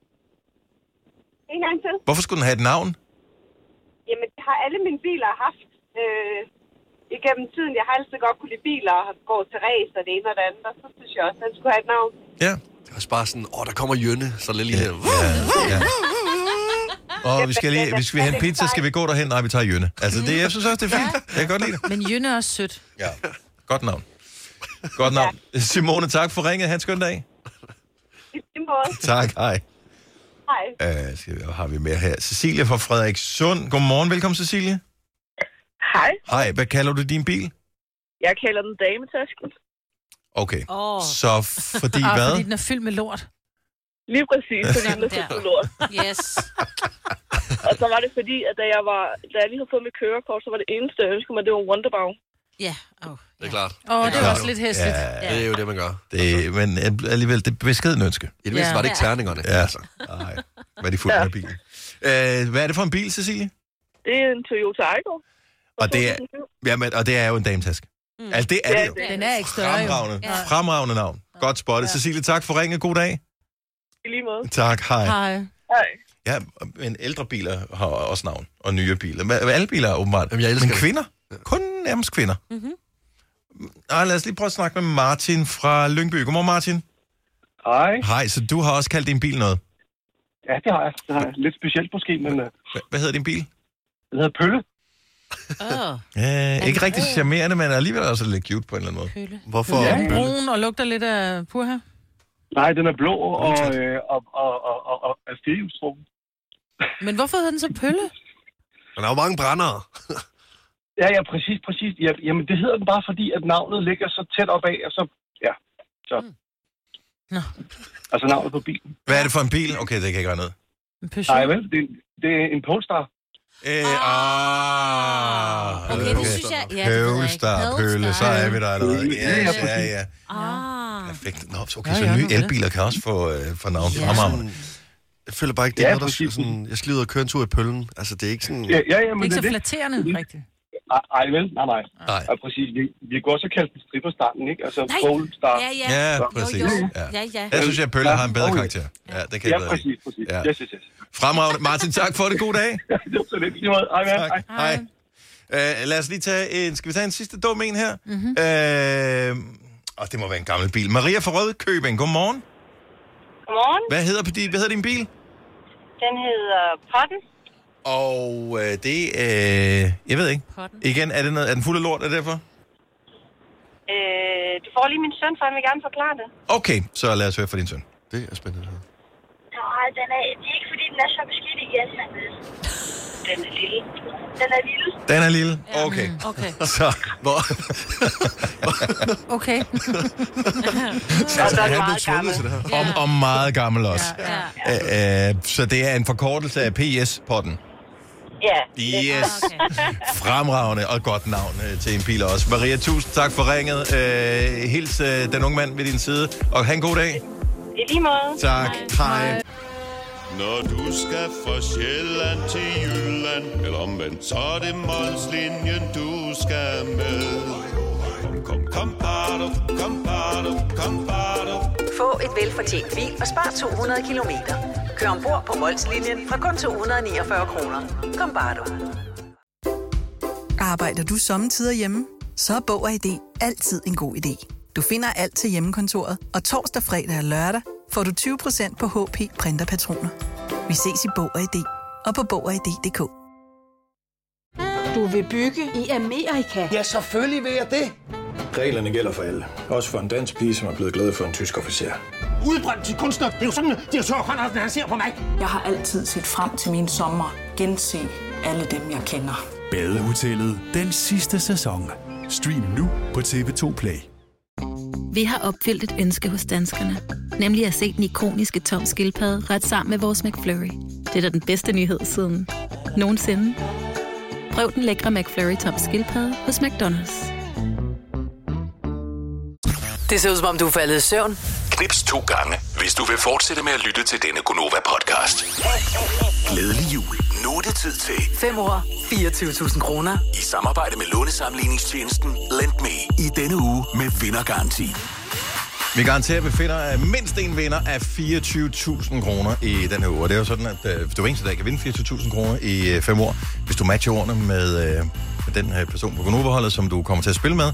En gang til. Hvorfor skulle den have et navn? Jamen, det har alle mine biler haft igennem tiden. Jeg har altid godt kunne lide biler og gå til race og det ene og det andet. Og så synes jeg også, at den skulle have et navn. Ja. Det er også bare sådan, der kommer Jønne, så lidt lige her. Ja. Og hvis vi have en pizza, skal vi gå derhen? Nej, vi tager Jønne. Altså, jeg synes også, det er fint. Jeg kan godt lide det. Men Jønne er også sødt. Ja, godt navn. Godt navn. Simone, tak for ringet. Ha' en skøn dag. Tak, hej. Hej. Hvad har vi mere her? Cecilie fra Frederikssund. Godmorgen, velkommen Cecilie. Hej. Hej, hvad kalder du din bil? Jeg kalder den dametasken. Okay, så fordi hvad? Fordi den er fyldt med lort. Lige præcis, fordi den er fyldt med lort. Yes. Og så var det fordi, at da jeg lige havde fået mit kørekort, så var det eneste, jeg ønskede mig, det var Wonderbow. Ja. Det er klart. Det er også lidt hæsligt. Ja, det er jo det, man gør. Men alligevel, det er beskeden ønske. I det mindste var det ikke terningerne. Ja, altså. Nej, hvad er de fuldt med bilen? Hvad er det for en bil, Cecilie? Det er en Toyota Aygo. Og det er jo en dametaske. Altså, det er det jo. Den er ikke større. Fremragende navn. Godt spottet. Cecilie, tak for ringen. God dag. I lige måde. Tak, hej. Hej. Ja, men ældre biler har også navn, og nye biler. Alle biler er åbenbart. Jamen, jeg elsker men kvinder? Kun nærmest kvinder. Lad os lige prøve at snakke med Martin fra Lyngby. Godmorgen, Martin. Hej. Hej, så du har også kaldt din bil noget? Ja, det har jeg. Det har jeg. Lidt specielt måske, men... Hvad hedder din bil? Den hedder Pølle. Ikke rigtig charmerende, men alligevel også lidt cute på en eller anden måde. Pølle. Hvorfor? Ja, brun og lugter lidt af purha. Nej, den er blå og er steriostrum. Men hvorfor hedder den så Pølle? Der er jo mange brændere. Ja, præcis. Ja, jamen, det hedder den bare, fordi at navnet ligger så tæt op af, og så... Ja, så... Nå. Altså navnet på bilen. Hvad er det for en bil? Okay, det kan ikke være noget. En Peugeot? Nej, vel, det er en Polestar. Okay, det synes jeg... Ja, Polestar, Pølle, så er vi der allerede. Ja. Perfekt. Nå, okay, så nye elbiler kan også få navn på fremragende. Jeg føler bare ikke, det er noget, der sådan... Jeg skal lige ud og køre en tur i Pøllen. Altså, det er ikke sådan... Ja, men det er ikke så flatterende, rigtigt. Ej, vel? Nej. Ja, præcis. Vi går også kaldt den stripperstangen, ikke? Altså, Polestar. Ja, præcis. Ja. Jeg synes, at Pølle har en bedre karakter. Ja, det kan jeg bedre. Præcis. Ja. Yes. Fremragende. Martin, tak for det. God dag. Det var så lidt lige måde. Hej. Lad os lige tage skal vi tage en sidste dum en her? Det må være en gammel bil. Maria fra Rødkøbing, godmorgen. Godmorgen. Hvad hedder din bil? Den hedder Potten. Og jeg ved ikke. Potten. Igen, er den fuld af lort, er det derfor? Du får lige min søn, for han vil gerne forklare det. Okay, så lad os høre fra din søn. Det er spændende. Nej, det er ikke fordi, den er så beskidt igen, men Den er lille. Den er lille. Den er lille? Okay. Okay. Så, hvor... Okay. så han blev tvunget til det her. Og meget gammel også. Ja. Så det er en forkortelse af PS-potten. Ja. Yes. Fremragende og godt navn til en bil også. Maria, tusind tak for ringet. Hils den unge mand ved din side. Og have en god dag. I lige måde. Tak. Hej. Når du skal fra Sjælland til Jylland, eller omvendt, så er det Molslinjen, du skal med. Kom, bado, kom, bado. Få et velfortjent bil og spar 200 kilometer. Kør ombord på Molslinjen fra kun 249 kroner. Kom bare du. Arbejder du sommetider hjemme? Så er Bog og ID altid en god idé. Du finder alt til hjemmekontoret, og torsdag, fredag og lørdag får du 20% på HP printerpatroner. Vi ses i Bog og ID og på Bog og ID.dk. Du vil bygge i Amerika? Ja, selvfølgelig vil jeg det. Reglerne gælder for alle. Også for en dansk pige, som er blevet glad for en tysk officer. Udbrændt til kunstner. Det er jo sådan, at direktør Conradsen, han ser på mig. Jeg har altid set frem til min sommer. Gense alle dem, jeg kender. Badehotellet den sidste sæson. Stream nu på TV2 Play. Vi har opfyldt et ønske hos danskerne. Nemlig at se den ikoniske Tom Skildpadde ret sammen med vores McFlurry. Det er da den bedste nyhed siden nogensinde. Prøv den lækre McFlurry Tom Skildpadde hos McDonald's. Det ser ud som om, du er faldet i søvn. Knips 2 gange, hvis du vil fortsætte med at lytte til denne Gonova-podcast. Glædelig jul. Nu er det tid til 5 år, 24.000 kroner. I samarbejde med lånesamligningstjenesten Lend Me. I denne uge med vindergaranti. Vi garanterer, at vi finder mindst en vinder af 24.000 kroner i den her uge. Og det er jo sådan, at du eneste dag kan vinde 24.000 kroner i 5 år, hvis du matcher ordene med den her person på Gonova-holdet, som du kommer til at spille med.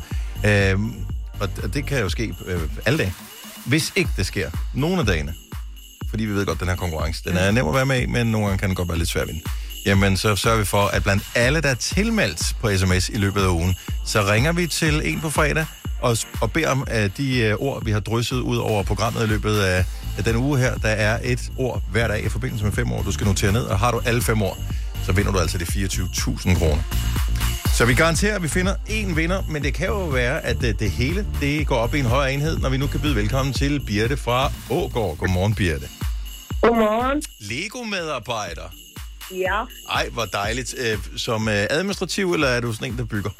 Og det kan jo ske alle dage. Hvis ikke det sker nogle af dagene, fordi vi ved godt, at den her konkurrence, den er nem at være med i, men nogle gange kan den godt være lidt svær at vinde. Jamen, så sørger vi for, at blandt alle, der er tilmeldt på sms i løbet af ugen, så ringer vi til en på fredag og beder om de ord, vi har drysset ud over programmet i løbet af den uge her. Der er et ord hver dag i forbindelse med 5 år, du skal notere ned, og har du alle 5 år, så vinder du altså de 24.000 kroner. Så vi garanterer, at vi finder en vinder, men det kan jo være, at det hele det går op i en højere enhed, når vi nu kan byde velkommen til Birte fra Ågård. Godmorgen, Birte. Godmorgen. Lego-medarbejder. Ja. Ej, hvor dejligt. Som administrativ, eller er du sådan en, der bygger?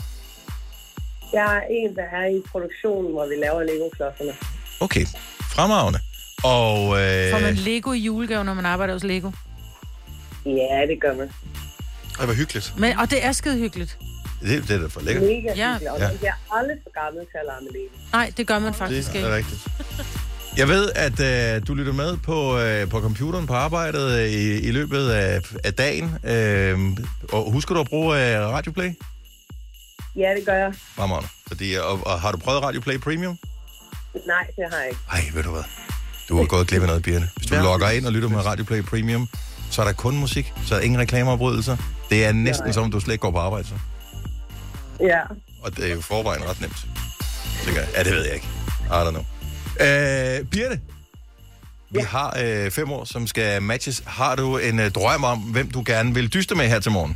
Jeg er en, der er i produktionen, hvor vi laver Lego-klodserne. Okay, fremragende. Og, får man Lego i julegave, når man arbejder hos Lego? Ja, det gør man. Det var hyggeligt. Og det er skide hyggeligt. Det er da for lækkert. Mega hyggeligt, og man bliver aldrig for gammel til at lege med Lego. Nej, det gør man faktisk ikke. Det er rigtigt. Jeg ved, at du lytter med på computeren på arbejdet i løbet af dagen. Og husker du at bruge Radioplay? Ja, det gør jeg. Fremragende. Og har du prøvet Radioplay Premium? Nej, det har jeg ikke. Ej, ved du hvad? Du har gået glip af noget, Birte. Hvis du logger ind og lytter med Radioplay Premium, så er der kun musik, så er der ingen reklameafbrydelser. Det er næsten som, du slet ikke går på arbejde, så. Ja. Og det er jo forvejen ret nemt. Ja, det ved jeg ikke. I don't know. Birte, vi har 5 år, som skal matches. Har du en drøm om, hvem du gerne vil dyste med her til morgen?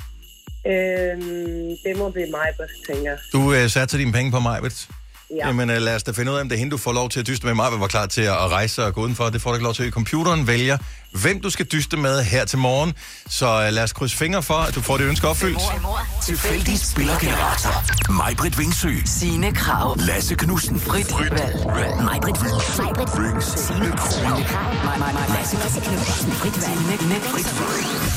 Det må blive mig, tænker jeg. Du satte dine penge på Majbet. Ja. Jamen lad os da finde ud af, om det er hende, du får lov til at dyste med. Majbet var klar til at rejse og gå udenfor. Det får du ikke lov til. Computeren vælger, hvem du skal dyste med her til morgen. Så lad os krydse fingre for, at du får det ønske opfyldt. Tilfældig spillergenerator. Majbrit Vingsø. Signe Krav. Lasse Knudsen. Frit Valg. Majbrit Vingsø. Signe Krav. Lasse Knudsen. Frit Valg.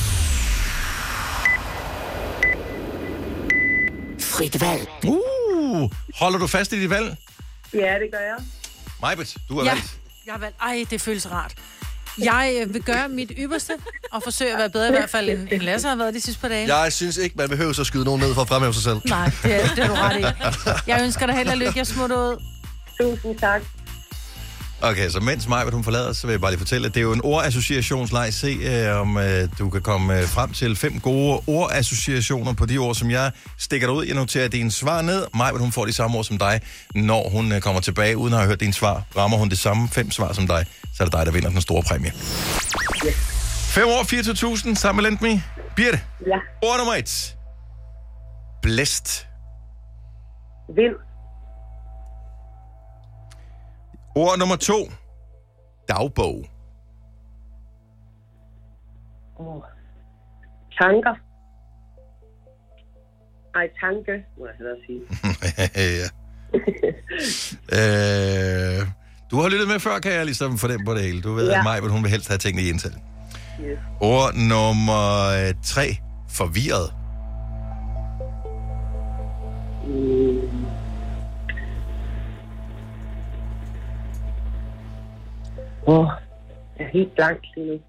Frit Valg. Holder du fast i dit valg? Ja, det gør jeg. Majbrit, du er valgt. Jeg har valgt. Ej, det føles rart. Jeg vil gøre mit ypperste og forsøge at være bedre i hvert fald, end Lasse har været de sidste par dage. Jeg synes ikke, man behøver at skyde nogen ned for at fremhæve sig selv. Nej, det er du ret i. Jeg ønsker dig held og lykke. Jeg smutter ud. Tusind tak. Okay, så mens Majbert hun forlader, så vil jeg bare lige fortælle, at det er jo en ordassociationsleg. Se, om du kan komme frem til 5 gode ordassociationer på de ord, som jeg stikker dig ud. Jeg noterer dine svar ned. Majbert hun får de samme ord som dig, når hun kommer tilbage, uden at have hørt dine svar. Rammer hun det samme 5 svar som dig, så er det dig, der vinder den store præmie. 5 år, 24.000, sammen med Lend Me. Birte. Ja. Ord nummer 1. Blæst. Vind. Ord nummer 2. Dagbog. Tanker. Ej, tanke, må jeg hellere sige. Ja. Du har lyttet med før, kan jeg ligesom fornemme på det hele. Du ved, at Maj, hun vil helst have tingene i ental. Yes. Ord nummer 3. Forvirret. Jeg er helt blank lige nu.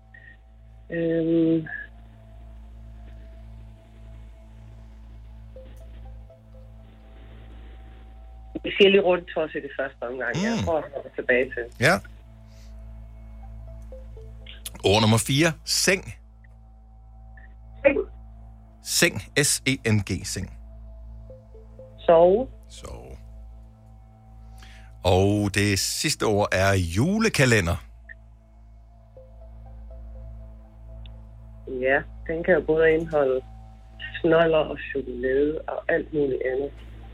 Vi siger lige rundt til os i det første omgang. Jeg tror, jeg kommer tilbage til. Ja. Ord nummer 4. Seng. Seng. Seng. S-E-N-G. Seng. Sove. Sove. Og det sidste ord er julekalender. Ja, den kan jo både indeholde snoller og chokolade og alt muligt andet.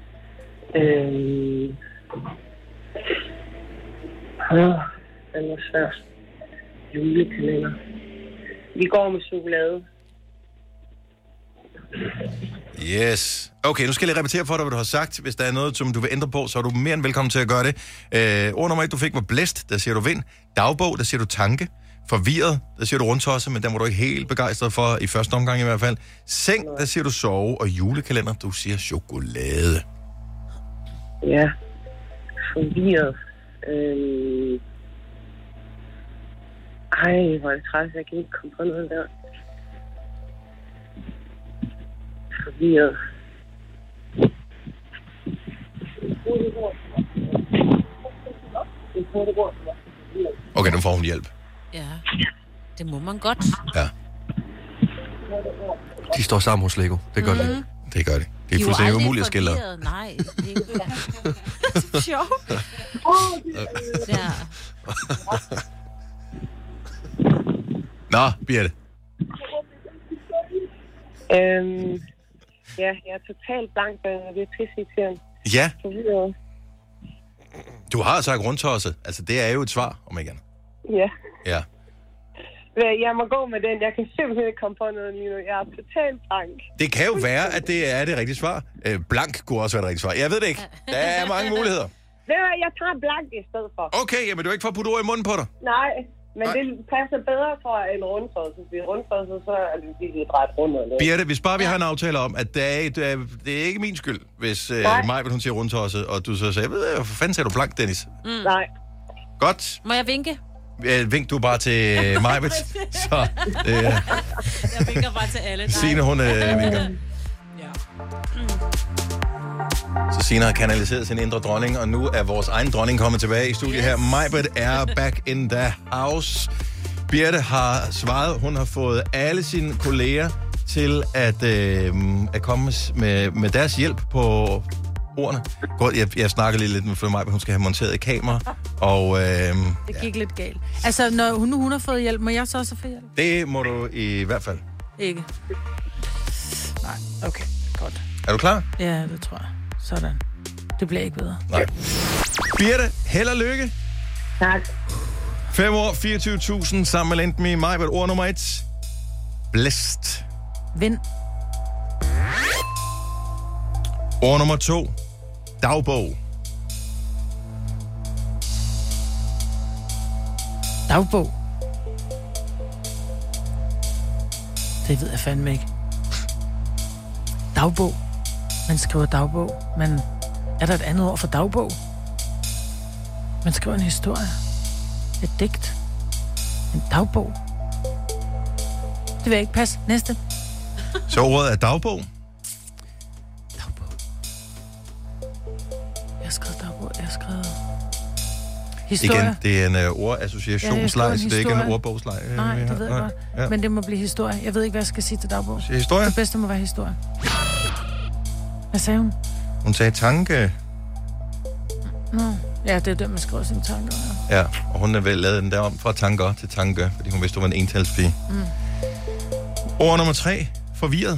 Den var svært. Julekalender. Vi går med chokolade. Yes. Okay, nu skal jeg lige repetere for dig, hvad du har sagt. Hvis der er noget, som du vil ændre på, så er du mere end velkommen til at gøre det. Ord nummer 1, du fik, var blæst. Der siger du vind. Dagbog, der siger du tanke. Forvirret, der siger du rundtosset, men den var du ikke helt begejstret for, i første omgang i hvert fald. Seng, der siger du sove. Og julekalender, du siger chokolade. Ja. Forvirret. Ej, hvor er det træls, jeg kan ikke komme på noget der. Forvirret. Okay, nu får hun hjælp. Ja, det må man godt. Ja. De står sammen hos Lego. Det gør de. Det gør de. Det er fuldstændig umuligt at skille. Nej, det er sjovt. Ja. Nå, Birte. Ja, jeg er totalt blank, og det er pisseirriterende. Ja. Du har sagt rundtosset. Altså, det er jo et svar, om ikke andet. Ja. Ja. Jeg må gå med den. Jeg kan simpelthen ikke komme på noget lige nu. Jeg er totalt blank. Det kan jo være, at det er det rigtige svar. Blank kunne også være det rigtige svar. Jeg ved det ikke. Der er mange muligheder. Jeg tager blank i stedet for. Okay, jamen du er ikke for at putte ord i munden på dig. Nej, men det passer bedre, tror jeg, end rundtosset. Hvis vi er rundtosset, så er det virkelig drejet rundt. Birte, hvis bare vi har en aftale om, at det er ikke min skyld, hvis Maj, hun siger rundtosset, og du så siger, hvad fanden sagde du blank, Dennis? Nej. Godt. Må jeg vinke? Vink du bare til Majbet. Så jeg vinker bare til alle. Signe, hun vinker. Så Signe har kanaliseret sin indre dronning, og nu er vores egen dronning kommet tilbage i studiet her. Majbet er back in the house. Birte har svaret. Hun har fået alle sine kolleger til at komme med deres hjælp på ordene. Jeg snakker lige lidt med Majbet. Hun skal have monteret et kamera. Og, det gik lidt galt. Altså, når hun har fået hjælp, må jeg så også få hjælp? Det må du i hvert fald. Ikke. Nej, okay, godt. Er du klar? Ja, det tror jeg. Sådan. Det bliver ikke bedre. Nej. Birte, held og lykke. Tak. 5 år, 24.000 sammen med Lendme. Majbert, ord nummer 1. Blæst. Vind. Ord nummer 2. Dagbog. Dagbog. Det ved jeg fandme ikke. Dagbog. Man skriver dagbog, men er der et andet ord for dagbog? Man skriver en historie. Et digt. En dagbog. Det vil ikke passe. Næste. Så ordet er dagbog. Dagbog. Jeg har skrevet dagbog. Jeg har skrevet historie. Igen, det er en ordassociationsleg, så det er ikke en ordbogsleg. Nej, det ved jeg godt. Ja. Men det må blive historie. Jeg ved ikke, hvad jeg skal sige til dagbog. Historie? Det bedste må være historie. Hvad sagde hun? Hun sagde tanke. Nå. Ja, det er det, man skriver sine tanker. Ja, og hun har vel lavet den der om fra tanker til tanke, fordi hun vidste, hun var en entalspige. Ord nummer 3. Forvirret.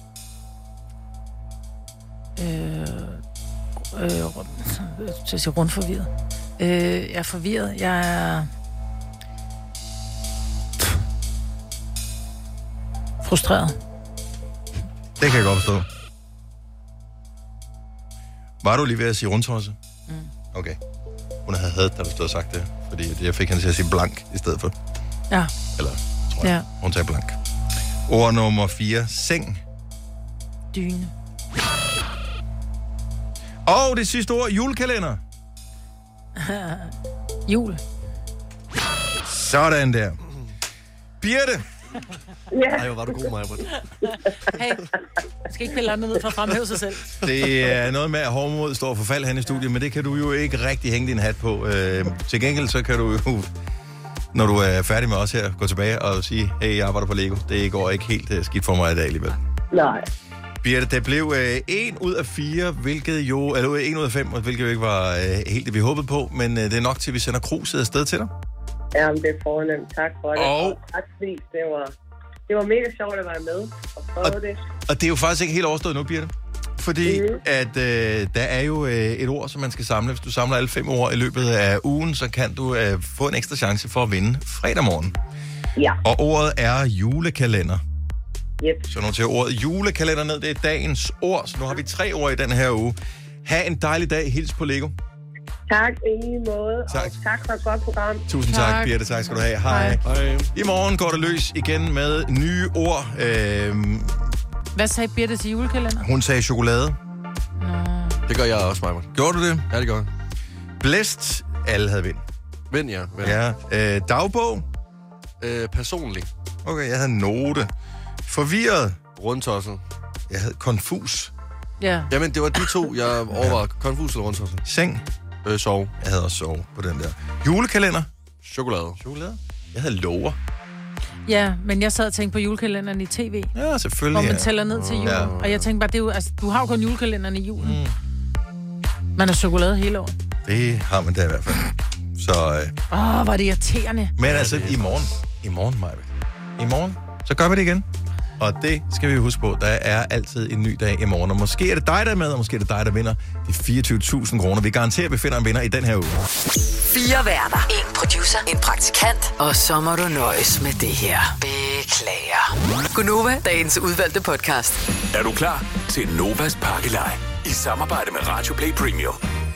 Jeg siger rundforvirret. Jeg er forvirret. Jeg er frustreret. Det kan jeg godt forstå. Var du lige ved at sige rundtosset? Okay. Hun havde hadet, da du stod og sagt det. Fordi jeg fik hende til at sige blank i stedet for. Ja. Eller, tror jeg. Hun sagde blank. Ord nummer 4. Seng. Dyne. Og det sidste ord. Julekalender. Jul. Sådan der. Birte. Ja. Ej, hvor var du god, Maja. Hey, jeg skal ikke pille andre ned for at fremhæve sig selv. Det er noget med, at hårdmod står for fald hen i studiet, men det kan du jo ikke rigtig hænge din hat på. Til gengæld så kan du jo, når du er færdig med os her, gå tilbage og sige, hey, jeg arbejder på Lego. Det går ikke helt skidt for mig i dag alligevel. Nej. Birte, det blev 1 ud af 4, hvilket jo, eller 1 ud af 5, hvilket jo ikke var helt det, vi håbede på, men det er nok til, at vi sender kruset afsted til dig. Jamen, det er fornemt. Tak for det. Og tak, det var mega sjovt at være med og prøve det. Og det er jo faktisk ikke helt overstået nu, Birte. Fordi at der er jo et ord, som man skal samle. Hvis du samler alle 5 ord i løbet af ugen, så kan du få en ekstra chance for at vinde fredag morgen. Ja. Og ordet er julekalender. Yep. Så noter ordet julekalender ned. Det er dagens ord. Så nu har vi 3 ord i den her uge. Ha' en dejlig dag. Hils på Lego. Tak i lige måde, tak. Og tak for et godt program. Tusind tak, Birte. Tak skal du have. Hej. I morgen går det løs igen med nye ord. Hvad sagde Birte til julekalender? Hun sagde chokolade. Det gør jeg også, Maja. Gjorde du det? Ja, det gør jeg. Blæst. Alle havde vind. Vind, ja. Vind. Ja. Dagbog. Personlig. Okay, jeg havde note. Forvirret. Rundtosset. Jeg havde konfus. Ja. Jamen, det var de 2, jeg overvejede. Konfus eller rundtosset. Seng. Sove. Jeg havde også sove på den der. Julekalender. Chokolade. Jeg havde lover. Ja, men jeg sad og tænkte på julekalenderen i tv. Ja, selvfølgelig. Hvor man tæller ned til jul. Ja. Og jeg tænkte bare, det er jo, altså, du har jo kun julekalenderen i julen. Man har chokolade hele året. Det har man da i hvert fald. Så... hvor er det irriterende. Men altså, i morgen, Maja. I morgen, så gør vi det igen. Og det skal vi huske på. Der er altid en ny dag i morgen. Og måske er det dig, der er med, og måske er det dig, der vinder de 24.000 kroner. Vi garanterer, at vi finder en vinder i den her uge. 4 værter. 1 producer. En praktikant. Og så må du nøjes med det her. Beklager. Gunova, dagens udvalgte podcast. Er du klar til Novas pakkelej? I samarbejde med Radio Play Premium.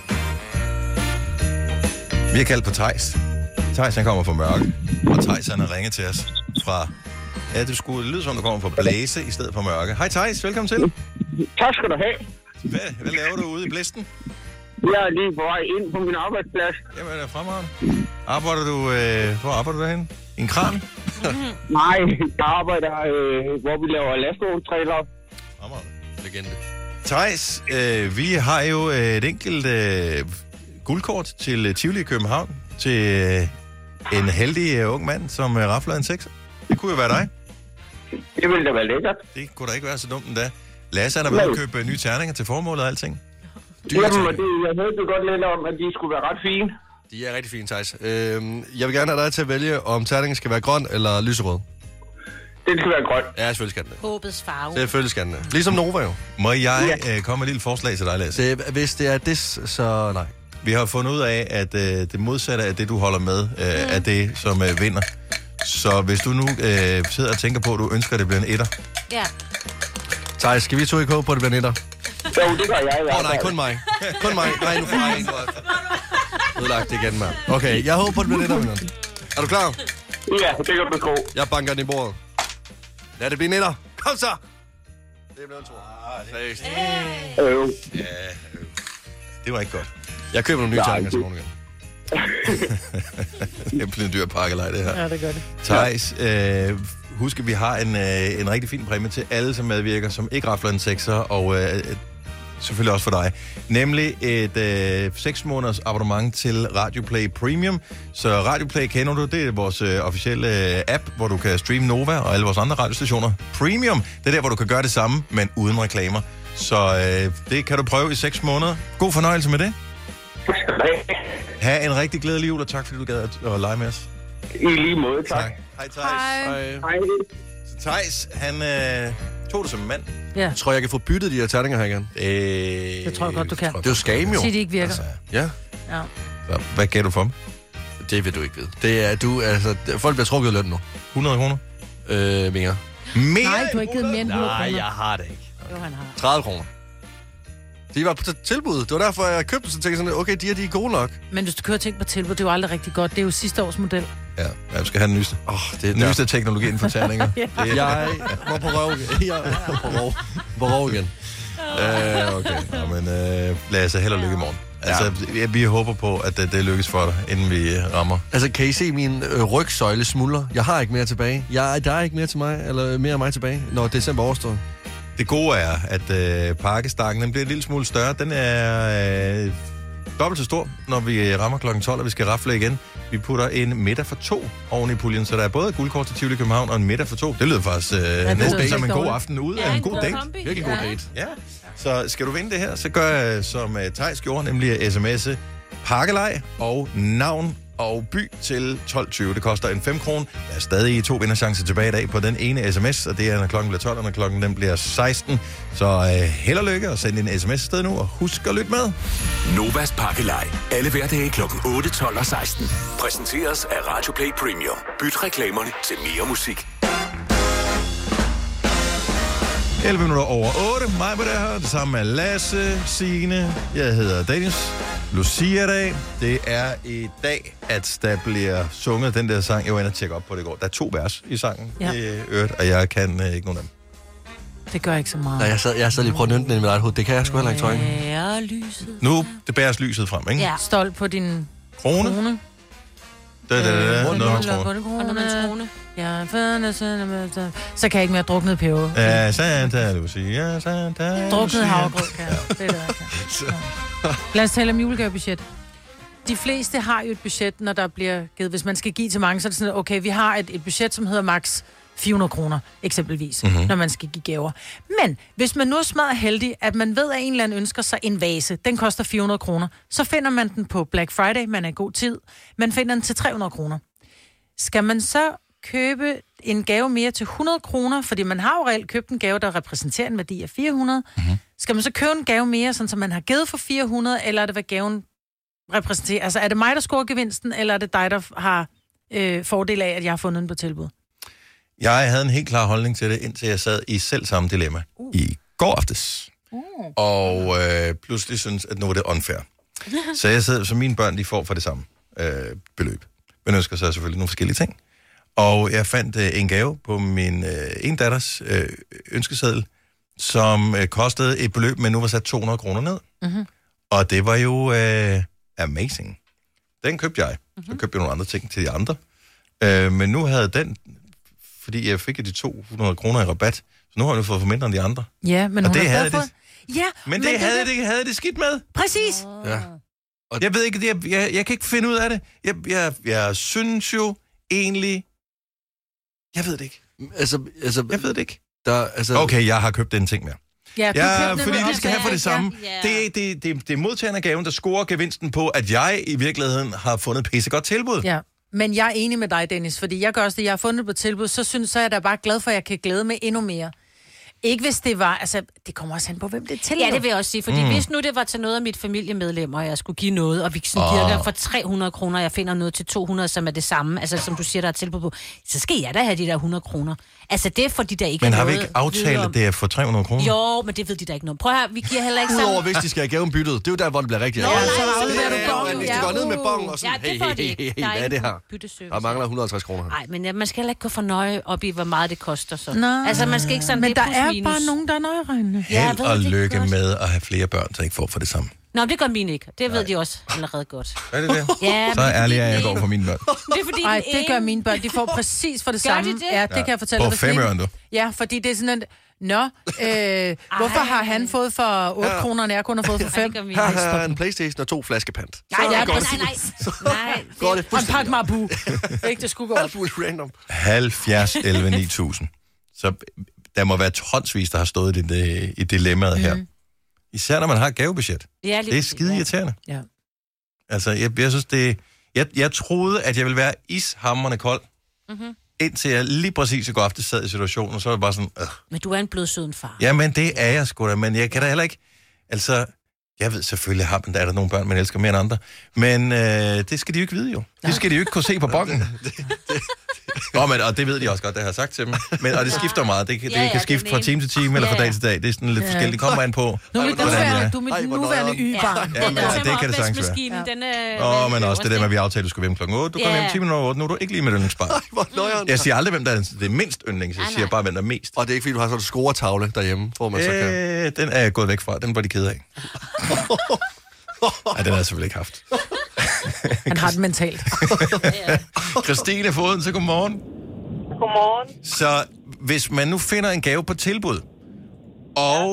Vi har kaldt på Theis. Theis, han kommer fra Mørke. Og Theis, han har ringet til os fra... Ja, det skulle lyde som, du kommer fra Blæse i stedet for Mørke. Hej Theis, velkommen til. Tak skal du have. Hvad laver du ude i blæsten? Jeg er lige på vej ind på min arbejdsplads. Jamen, det er fremragende. Hvor arbejder du derhen? I en kran? Nej, jeg arbejder, hvor vi laver lastvognstrailer. Fremragende. Legende. Theis, vi har jo et enkelt guldkort til Tivoli i København til en heldig ung mand, som rafler en 6'er. Det kunne jo være dig. Det ville da være lækkert. Det kunne da ikke være så dumt endda. Lasse, han har været at købe nye terninger til formålet og alting. Jamen, jeg hørte det godt lidt om, at de skulle være ret fine. De er rigtig fine, Theis. Jeg vil gerne have dig til at vælge, om terningen skal være grøn eller lyserød. Den skal være grøn. Ja, selvfølgelig skal den det. Håbets farve. Selvfølgelig skal den det. Ligesom Nova jo. Må jeg komme med et lille forslag til dig, Lasse? Hvis det er det, så nej. Vi har fundet ud af, at det modsatte af det, du holder med, er det, som vinder. Så hvis du nu sidder og tænker på, at du ønsker, at det bliver en etter. Ja. Theis, skal vi to ikke håbe på, at det bliver en etter? Jo, det gør jeg. Nej, kun mig. Kun mig. Nej, nu får jeg ikke udlagt det igen, mand. Okay, jeg håber på, at det bliver en etter, Er du klar? Ja, det kan du tro. Jeg banker den i bordet. Lad det blive en etter. Kom så! Det bliver en tror. Seriøst. Det var ikke godt. Jeg køber nogle nye terninger til morgen igen. Det bliver en dyr pakkelej, det her. Ja, det gør det. Theis, husk, at vi har en rigtig fin præmie til alle, som medvirker, som ikke rafler en 6'er, og selvfølgelig også for dig. Nemlig et 6 måneders abonnement til Radio Play Premium. Så Radio Play kender du, det er vores officielle app, hvor du kan streame Nova og alle vores andre radiostationer. Premium, det er der, hvor du kan gøre det samme, men uden reklamer. Så det kan du prøve i 6 måneder. God fornøjelse med det. Ha' en rigtig glædelig jul, og tak fordi du gad at lege med os. I lige måde, tak. Hej, Theis. Hej. Så Theis, han Tog det som en mand. Ja. Jeg tror, jeg kan få byttet de her terninger her igen. Det tror jeg godt, du kan. Det er jo skam, jo. Sig, de ikke virker. Altså, ja. Ja. Så, hvad gav du for dem? Det vil du ikke vide. Det er, folk bliver trukket løn nu. 100 kroner? Mere. Mere? Nej, du har ikke givet mere end 100 kroner. Nej, jeg har det ikke. Jo, han har. 30 kroner. De var på tilbud. Det var derfor, jeg købte så tænkte sådan, okay, de er gode nok. Men hvis du kører ting på tilbud, det er jo aldrig rigtig godt. Det er jo sidste års model. Ja, jeg skal have den nyeste. Det er nyeste teknologi inden for terninger. Jeg var på røv. Jeg var på røv igen. Okay. Nå, men lad os held og lykke i morgen. Altså, vi håber på, at det lykkes for dig, inden vi rammer. Altså, kan I se min rygsøjle smuldre? Jeg har ikke mere tilbage. Der er ikke mere til mig, eller mere af mig tilbage, når december overstår. Det gode er, at pakkestangen den bliver en lille smule større. Den er dobbelt så stor, når vi rammer kl. 12, og vi skal rafle igen. Vi putter en middag for 2 oven i puljen, så der er både guldkort til Tivoli København og en middag for 2. Det lyder faktisk næsten som en god aften ud af en god date. Virkelig god date. Ja. Så skal du vinde det her, så gør jeg som Theis gjorde, nemlig at sms'e pakkelej og navn og by til 12.20. Det koster en 5 kroner. Der er stadig 2 vinderchancer tilbage i dag på den ene sms, og det er, når klokken bliver 12, og når klokken den bliver 16. Så held og lykke, og send en sms sted nu, og husk at lytte med. Novas Pakkelej. Alle hverdage klokken 8, 12 og 16. Præsenteres af Radio Play Premium. Byt reklamerne til mere musik. 11 minutter over 8. Mig på det her. Det samme med Lasse, Signe. Jeg hedder Dennis. Lucia-dag. Det er i dag, at der bliver sunget den der sang. Jeg var inde og tjekke op på det i går. Der er 2 vers i sangen, og jeg kan ikke nogen af dem. Det gør ikke så meget. Nej, jeg sad lige og prøvede at nynne den i mit eget hoved. Det kan jeg sgu heller ikke, tror jeg. Nu, det bæres lyset frem, ikke? Ja. Stolt på din krone. Krone. Ja, så kan jeg ikke mere druknet peber. Ja, Santa Lucia, Santa druknet havregrød, kan jeg. Det er det, jeg kan. Lad os tale om julegavebudget. De fleste har jo et budget, når der bliver givet. Hvis man skal give til mange, så er det sådan, okay, vi har et budget, som hedder max 400 kroner, eksempelvis, når man skal give gaver. Men hvis man nu er smadret heldig, at man ved, at en eller anden ønsker sig en vase, den koster 400 kroner, så finder man den på Black Friday, man er i god tid, man finder den til 300 kroner. Skal man så købe en gave mere til 100 kroner, fordi man har jo reelt købt en gave, der repræsenterer en værdi af 400. Skal man så købe en gave mere, sådan som man har givet for 400, eller er det, hvad gaven repræsenterer? Altså, er det mig, der scorer gevinsten, eller er det dig, der har fordel af, at jeg har fundet den på tilbud? Jeg havde en helt klar holdning til det, indtil jeg sad i selv samme dilemma i går aftes. Og pludselig synes, at nu er det unfair. Så jeg sidder, så mine børn, de får for det samme beløb. Men ønsker sig selvfølgelig nogle forskellige ting. Og jeg fandt en gave på min ene datters ønskeseddel, som kostede et beløb, men nu var sat 200 kroner ned. Og det var jo amazing. Den købte jeg. Så købte jeg nogle andre ting til de andre. Men nu havde den, fordi jeg fik de 200 kroner i rabat, så nu har jeg jo fået for mindre end de andre. Ja, men og hun det har havde fået... Ja, men det havde det skidt med. Præcis. Ja. Og jeg ved ikke, jeg kan ikke finde ud af det. Jeg synes jo egentlig... Jeg ved det ikke. Altså, jeg ved det ikke. Altså... Okay, jeg har købt den ting mere. Ja, fordi vi skal have for det samme. Det er modtageren af gaven, der scorer gevinsten på, at jeg i virkeligheden har fundet et pissegodt tilbud. Ja, men jeg er enig med dig, Dennis, fordi jeg gør også det, jeg har fundet på tilbud, så er jeg da bare glad for, at jeg kan glæde mig endnu mere. Ikke hvis det var, altså, det kommer også an på, hvem det er til. Ja, det vil jeg også sige, fordi hvis nu det var til noget af mit familiemedlemmer, og jeg skulle give noget, og vi sådan giver der for 300 kroner, og jeg finder noget til 200, som er det samme, altså som du siger, der er tilbud på, så skal jeg da have de der 100 kroner. Altså det er for de der ikke. Men har vi ikke aftalt, at det er for 300 kroner? Jo, men det ved de da ikke noget. Prøv her, vi giver heller ikke sammen. Udover hvis de skal have gaven byttet, det er jo der, hvor det bliver rigtigt. Hvis de går ned med bong og sådan, hey, hvad er det her? Der mangler 150 kroner. Nej, men man skal heller ikke gå for nøje op i, hvor meget det koster så. Altså man skal ikke sådan, men der er bare nogen, der er nøjeregnende. Held og lykke med at have flere børn, så ikke får for det samme. Nå, det gør mine ikke. Det ved de også allerede godt. Er det det? Ja, så ærlig er jeg går for mine børn. Det er fordi nej, det gør mine børn. De får præcis for det samme. De det? Ja, det kan jeg fortælle dig. På 5 øre, du. Ja, fordi det er sådan en... hvorfor har han fået for 8 kroner, når jeg kun har fået for 5? En PlayStation og 2 flaskepant. Nej. Går det og en pakke Marabou. Ikke, det skulle gå op. Alt muligt random. 70, 11, 9000. Så der må være tonsvis, der har stået i dilemmaet her. Især når man har et gavebudget. Ja, det er skide irriterende. Ja. Altså, jeg synes, det... Jeg troede, at jeg ville være ishamrende kold Indtil jeg lige præcis i går aftes sad i situationen, og så var det bare sådan... Men du er en blødsøden far. Jamen, det er jeg sgu da, men jeg kan da heller ikke... Altså, jeg ved selvfølgelig, der er der nogle børn, man elsker mere end andre, men det skal de jo ikke vide jo. Det skal de jo ikke kunne se på bokken. Og det ved de også godt, det har jeg sagt til dem. Og det skifter meget. Det kan skifte fra time til time, eller fra dag til dag. Det er sådan lidt forskelligt. Det kommer an på... Du er mit nuværende y-barn. Ja, men det kan det sagtens være. Men også det der med, at vi aftalte, at du skulle hjem klokken 8. Du kommer hjem 10 minutter over 8. Nu er du ikke lige med yndlingsbarn. Jeg siger aldrig, hvem der er det mindst yndlings. Jeg siger bare, hvem der er mest. Og det er ikke, fordi du har sådan en scoretavle derhjemme, hvor man så kan... Den er jeg gået væk fra. Den var de kede af. Nej, den har jeg selvfølgelig ikke haft. Han har det mentalt. Christine Foden, så godmorgen. Godmorgen. Så hvis man nu finder en gave på tilbud, og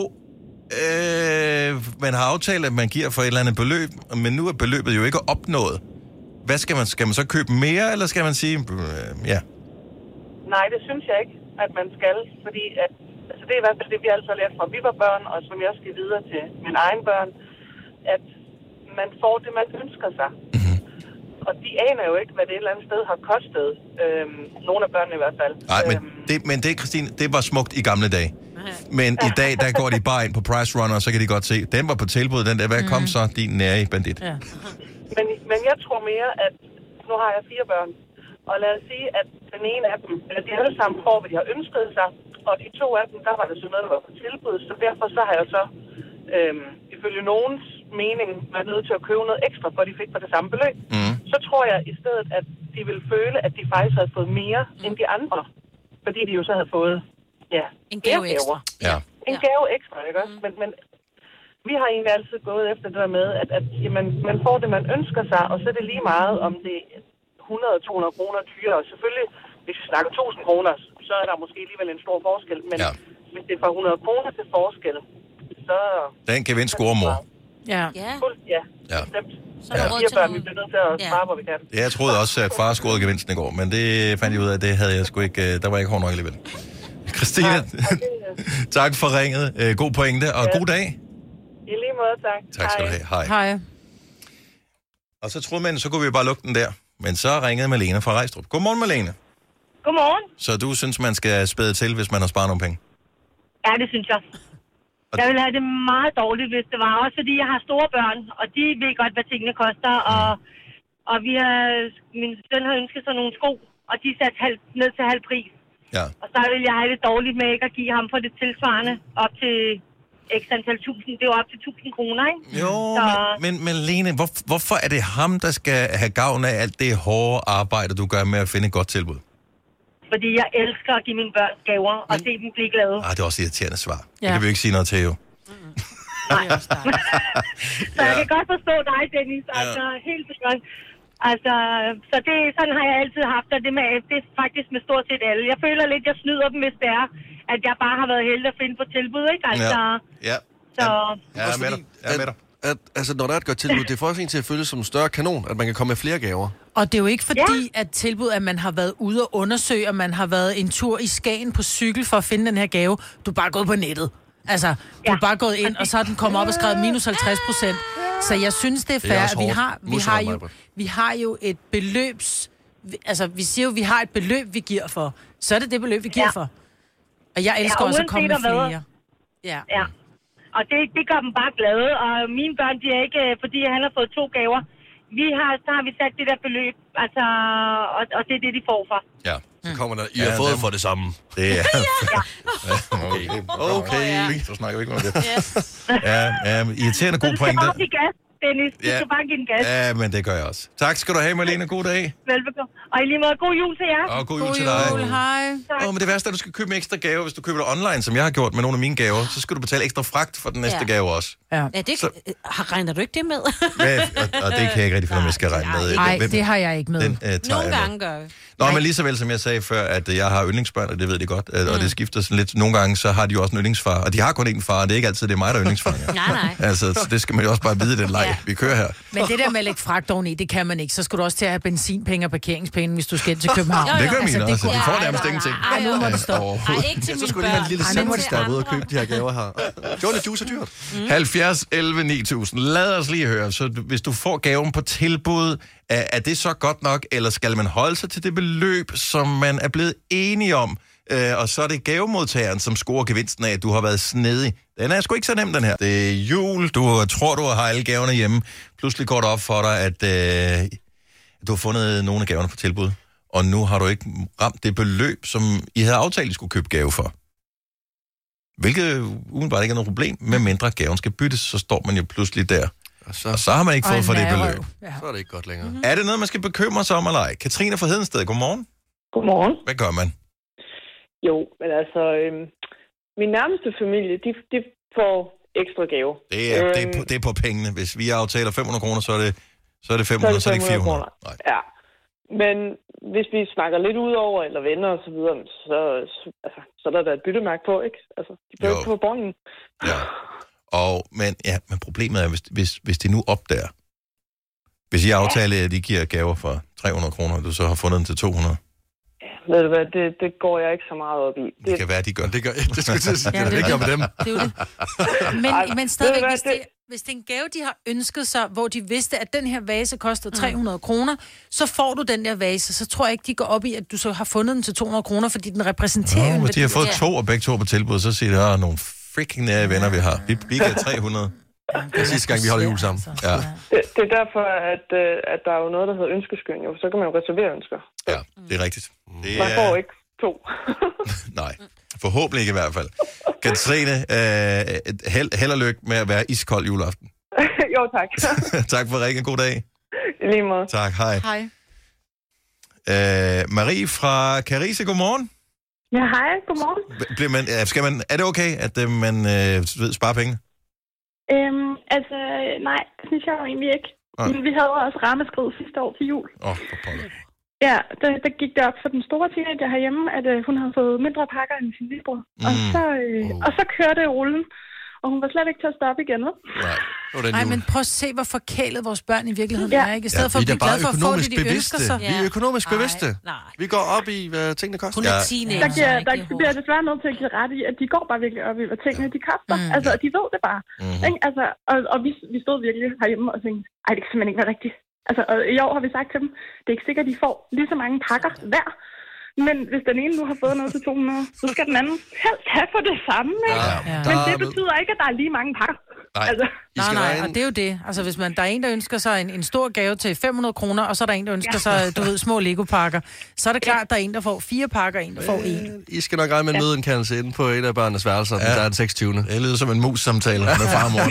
man har aftalt, at man giver for et eller andet beløb, men nu er beløbet jo ikke opnået, hvad skal man? Skal man så købe mere, eller skal man sige, ja? Nej, det synes jeg ikke, at man skal, fordi at, altså det er i hvert fald det, vi altid har lært fra vi var børn, og som jeg også skal videre til mine egne børn, at man får det, man ønsker sig. Mm-hmm. Og de aner jo ikke, hvad det et eller andet sted har kostet. Nogle af børnene i hvert fald. Nej, men det, Christine, det var smukt i gamle dage. Men i dag, der går de bare ind på Price Runner, og så kan de godt se, den var på tilbud, den der, hvad kom så, din nære bandit? Ja. Men jeg tror mere, at nu har jeg 4 børn, og lad os sige, at den ene af dem, eller de alle sammen får, hvad de har ønsket sig, og de 2 af dem, der var det sådan noget, der var på tilbud, så derfor så har jeg så, ifølge nogens mening, været nødt til at købe noget ekstra, for de fik for det samme beløb. Så tror jeg i stedet, at de ville føle, at de faktisk havde fået mere end de andre, fordi de jo så havde fået, en gave ekstra. Ja. En gave ekstra, ikke også? Men vi har egentlig altid gået efter det der med, at jamen, man får det, man ønsker sig, og så er det lige meget, om det er 100-200 kroner dyrere. Og selvfølgelig, hvis vi snakker 1000 kroner, så er der måske alligevel en stor forskel, men hvis det er fra 100 kroner til forskel, så... Den gevinst scorer mor. Ja. Bestemt. Så er der børn, vi bliver nødt til at spare, hvor vi kan. Jeg troede også, at far scorede gevinsten i går, men det fandt jeg ud af, at det havde jeg sgu ikke... Der var jeg ikke hård nok alligevel. Christine, tak for ringet. God pointe, og god dag. I lige måde, tak. Tak skal du have. Hej. Og så troede man, så kunne vi bare lukke den der. Men så ringede Malene fra Rejstrup. Godmorgen, Malene. Godmorgen. Så du synes, man skal spæde til, hvis man har sparet nogle penge? Ja, det synes jeg. Jeg vil have det meget dårligt, hvis det var. Også fordi jeg har store børn, og de ved godt, hvad tingene koster. Og min søn har ønsket sig nogle sko, og de er sat ned til halv pris. Ja. Og så vil jeg have det dårligt med ikke at give ham for det tilsvarende op til x antal tusind. Det er jo op til 1000 kroner, ikke? Jo, så... men Lene, hvorfor er det ham, der skal have gavn af alt det hårde arbejde, du gør med at finde et godt tilbud? Fordi jeg elsker at give mine børn gaver og se dem blive glade. Det er også irriterende svar. Ja. Det kan vi jo ikke sige noget til, jo. Nej. Så jeg kan godt forstå dig, Dennis. Altså, helt sikkert. Altså, så det, sådan har jeg altid haft, og det er faktisk med stort set alle. Jeg føler lidt, jeg snyder dem, hvis det er, at jeg bare har været heldig at finde på tilbud, ikke? Altså, så... Jeg er med dig. Altså, når der er et godt tilbud, det får også en til at føle som en større kanon, at man kan komme med flere gaver. Og det er jo ikke fordi, at tilbud, at man har været ude og undersøge, og man har været en tur i Skagen på cykel for at finde den her gave. Du er bare gået på nettet. Altså, du er bare gået ind, og så har den kommet op og skrevet minus 50%. Så jeg synes, det er fair, at vi har jo et beløbs... Altså, vi siger jo, vi har et beløb, vi giver for. Så er det det beløb, vi giver for. Og jeg elsker også at komme med flere. Ja. Og det gør dem bare glade. Og mine børn, de er ikke... Fordi han har fået 2 gaver. Så har vi sat det der beløb, altså... Og det er det, de får for. Ja. Så kommer der, I har fået for det samme. Det er... Okay. Så snakker vi ikke om det. Irriterende god pointe. Du skal bare give gas, Dennis. Du skal bare give den gas. Ja, men det gør jeg også. Tak skal du have, Malene. God dag. Velbekomme. Og i lige måde, god jul til jer. Og god jul til dig. Hej. Men det værste er, at du skal købe en ekstra gave. Hvis du køber det online, som jeg har gjort med nogle af mine gaver, så skal du betale ekstra fragt for den næste gave også. Ja, det regner du ikke det med? Og det kan jeg ikke rigtig finde, om jeg skal regne med. Nej, det har jeg ikke med. Nogle gange gør vi. Men lige så vel som jeg sagde før, at jeg har yndlingsbørn, og det ved de godt, og det skifter sådan lidt. Nogle gange, så har de jo også en yndlingsfar, og de har kun én far, og det er ikke altid, det er mig, der er yndlingsfar. Nej. Altså, det skal man jo også bare vide, den leg. vi kører her. Men det der med at lægge fragt oveni, det kan man ikke. Så skal du også til at have benzinpenge og parkeringspenge, hvis du skal ind til København. Det gør mine også. De får nærmest ingenting. Ej, nu må det stå. Ikke til så skulle de have en lille sandwich ude og købe de her gaver her. Johnny Juice er dyrt. 70, 11, 9000. Lad os lige høre. Så hvis du får gaven på tilbud, er det så godt nok, eller skal man holde sig til det beløb, som man er blevet enige om? Og så er det gavemodtageren, som scorer gevinsten af, at du har været snedig. Den er sgu ikke så nem, den her. Det er jul, du tror, du har alle gaverne hjemme. Pludselig går det op for dig, at du har fundet nogle af gaverne på tilbud. Og nu har du ikke ramt det beløb, som I havde aftalt, I skulle købe gave for. Hvilket udenbart ikke er noget problem. Med mindre gaven skal byttes, så står man jo pludselig der. Og så har man ikke fået for det beløb. Ja. Så er det ikke godt længere. Er det noget, man skal bekymre sig om eller ej? Katrine fra Hedensted, godmorgen. Godmorgen. Hvad gør man? Jo, men altså, min nærmeste familie, de får ekstra gave. Det er på pengene. Hvis vi aftaler 500 kroner, så er det 500, så er det ikke 400. Nej. Ja, men hvis vi snakker lidt ud over, eller venner og så videre, så er der et byttemærke på, ikke? Altså, de bliver ikke på bånden. Ja. Men problemet er, hvis de nu opdager, hvis I aftaler, at de giver gaver for 300 kroner, og du så har fundet den til 200. Ved du hvad, det går jeg ikke så meget op i. Det kan være, de gør. Det gør det skulle jeg sige. Det gør med dem. Det er jo det. Men stadigvæk, hvis det er en gave, de har ønsket sig, hvor de vidste, at den her vase kostede 300 kroner, så får du den der vase. Så tror jeg ikke, de går op i, at du så har fundet den til 200 kroner, fordi den repræsenterer... Hvis de har fået 2 og begge 2 på tilbud, så siger de, at nogle freaking nære venner, vi har. Vi giver 300. Det er sidste gang, vi holder jul sammen. Ja. Det er derfor, at der er jo noget, der hedder ønskeskøn, jo. Så kan man jo reservere ønsker. Ja, det er rigtigt. Man får ikke 2. Nej, forhåbentlig ikke i hvert fald. Katrine, held og lykke med at være iskold juleaften. Jo, tak. Tak for ringen. God dag. I lige måde. Tak, hej. Hej. Marie fra Carise, godmorgen. Ja, hej, godmorgen. Er det okay, at man sparer penge? Nej, det synes jeg jo egentlig ikke. Men vi havde også rammeskrid sidste år til jul. For pokker. Ja, der gik det op for den store teenager herhjemme, at hun havde fået mindre pakker end sin lillebror. Og så kørte rullen, og hun var slet ikke til at stoppe igen. Nej, men prøv at se, hvor forkælet vores børn i virkeligheden er, ikke? I stedet for at blive glad for at få det, de ønsker sig. Vi er økonomisk bevidste. Vi går op i, hvad tingene koster. Der bliver desværre nødt til at give ret i, at de går bare virkelig op i, hvad tingene de koster. Altså, og de ved det bare. Ikke? Altså, og vi stod virkelig herhjemme og tænkte, det kan simpelthen ikke være rigtigt. Altså, og i år har vi sagt til dem, det er ikke sikkert, at de får lige så mange pakker hver. Men hvis den ene nu har fået noget til 200, så skal den anden helst have for det samme. Ikke? Men det betyder ikke, at der er lige mange pakker. Nej, altså. Nej, og det er jo det. Altså, hvis der er en, der ønsker sig en stor gave til 500 kroner, og så er der en, der ønsker sig, små Lego-pakker, så er det klart, at der er en, der får 4 pakker, og en, der får 1. I skal nok regne med en mødeindkaldelse inde på et af børnenes værelser, der er den 26. Det lyder som en mus-samtale med far og mor.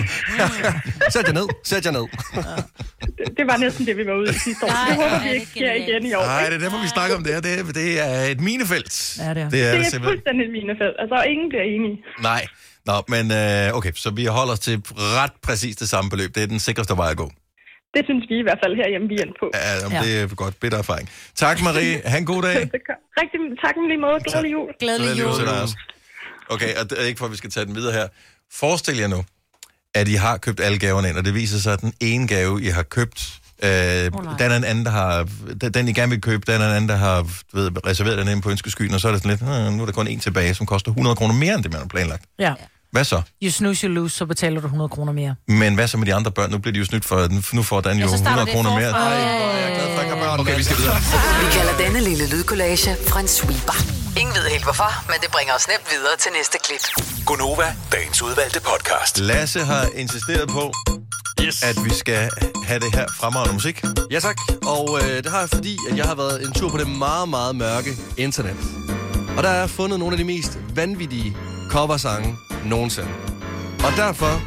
Sæt jer ned. Det var næsten det, vi var ude i sidste år. Det håber vi ikke sker igen i år. Nej, det er derfor, vi snakker om det her. Det er et minefelt. Ja, det er. Det er fuldstændig et minefelt. Altså, ingen bliver enige. Nej. Nå, men okay, så vi holder os til ret præcis det samme beløb. Det er den sikreste vej at gå. Det synes vi i hvert fald herhjemme, vi er på. Ja, det er godt. Bitter erfaring. Tak, Marie. Ha' en god dag. Rigtig tak lige måde. Glædelig jul. Glædelig jul. Okay, og det er ikke for, at vi skal tage den videre her. Forestil jer nu, at I har købt alle gaverne ind, og det viser sig, at den ene gave, I har købt, den er en anden, der har... Den, I gerne vil købe, den er en anden, der har reserveret den inde på ønskeskyen, og så er det sådan lidt, nu er der kun en tilbage, som koster 100 kroner mere, end det, man har planlagt. Ja. Hvad så? You snooze, you lose, så betaler du 100 kroner mere. Men hvad så med de andre børn? Nu bliver de jo snydt for, nu får Dan jo 100 kroner mere. Jeg er glad for, at jeg børn. Okay, vi skal videre. Vi kalder denne lille lydkollage en sweeper. Ingen ved helt hvorfor, men det bringer os nemt videre til næste klip. Gonova, dagens udvalgte podcast. Lasse har insisteret på, at vi skal have det her fremragende musik. Ja tak, og det har jeg fordi, at jeg har været en tur på det meget, meget mørke internet. Og der har jeg fundet nogle af de mest vanvittige coversange nogensinde. Og derfor...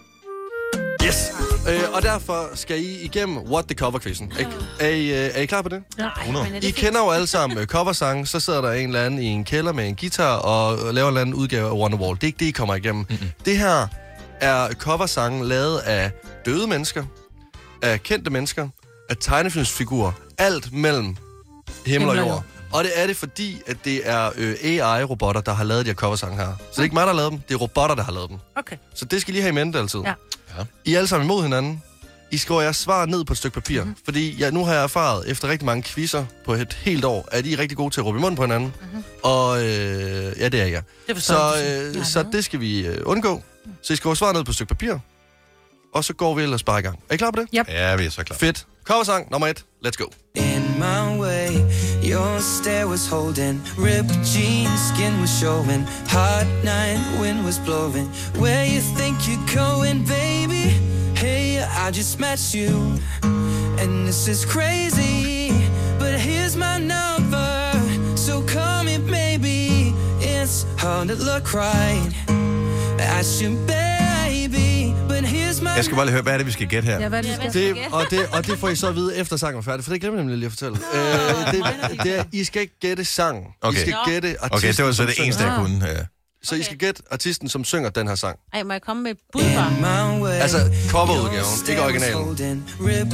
og derfor skal I igennem What the Cover-quizzen. Er I klar på det? Nej. I kender jo alle sammen coversange. Så sidder der en eller anden i en kælder med en guitar og laver en eller anden udgave af Wonderwall. Det er ikke det, I kommer igennem. Det her er coversange lavet af døde mennesker, af kendte mennesker, af tegnefilmsfigurer. Alt mellem himmel og jord. Og det er det, fordi at det er AI-robotter, der har lavet de her coversange her. Så det er ikke mig, der har lavet dem. Det er robotter, der har lavet dem. Okay. Så det skal I lige have i mente altid. Ja. I er alle sammen imod hinanden. I skriver jeres svar ned på et stykke papir. Fordi nu har jeg erfaret, efter rigtig mange quizzer på et helt år, at I er rigtig gode til at råbe i munden på hinanden. Og ja, det er jeg. Så det skal vi undgå. Så I skriver svar ned på et stykke papir. Og så går vi ellers bare i gang. Er I klar på det? Yep. Ja, vi er så klar. Fedt. Coversang nummer 1. Let's go. In my way, your stare was holding, ripped jeans, skin was showing, hot night, wind was blowing. Where you think you're going, baby? Hey, I just met you, and this is crazy, but here's my number, so call me maybe. It's hard to look right at you, baby, but here's my. Jeg skal bare lige høre, hvad er det, vi skal gætte her? Ja, hvad er det, vi skal Og det får I så at vide efter sangen er færdig, for det glemmer jeg nemlig lige at fortælle. I skal ikke gætte sangen. Okay. I skal gætte artisten. Okay, det var så det eneste, jeg kunne. Ja. Så I skal gætte artisten, som synger den her sang. Ej, må jeg komme med et bud bare? Altså, coverudgaven, ikke originalen.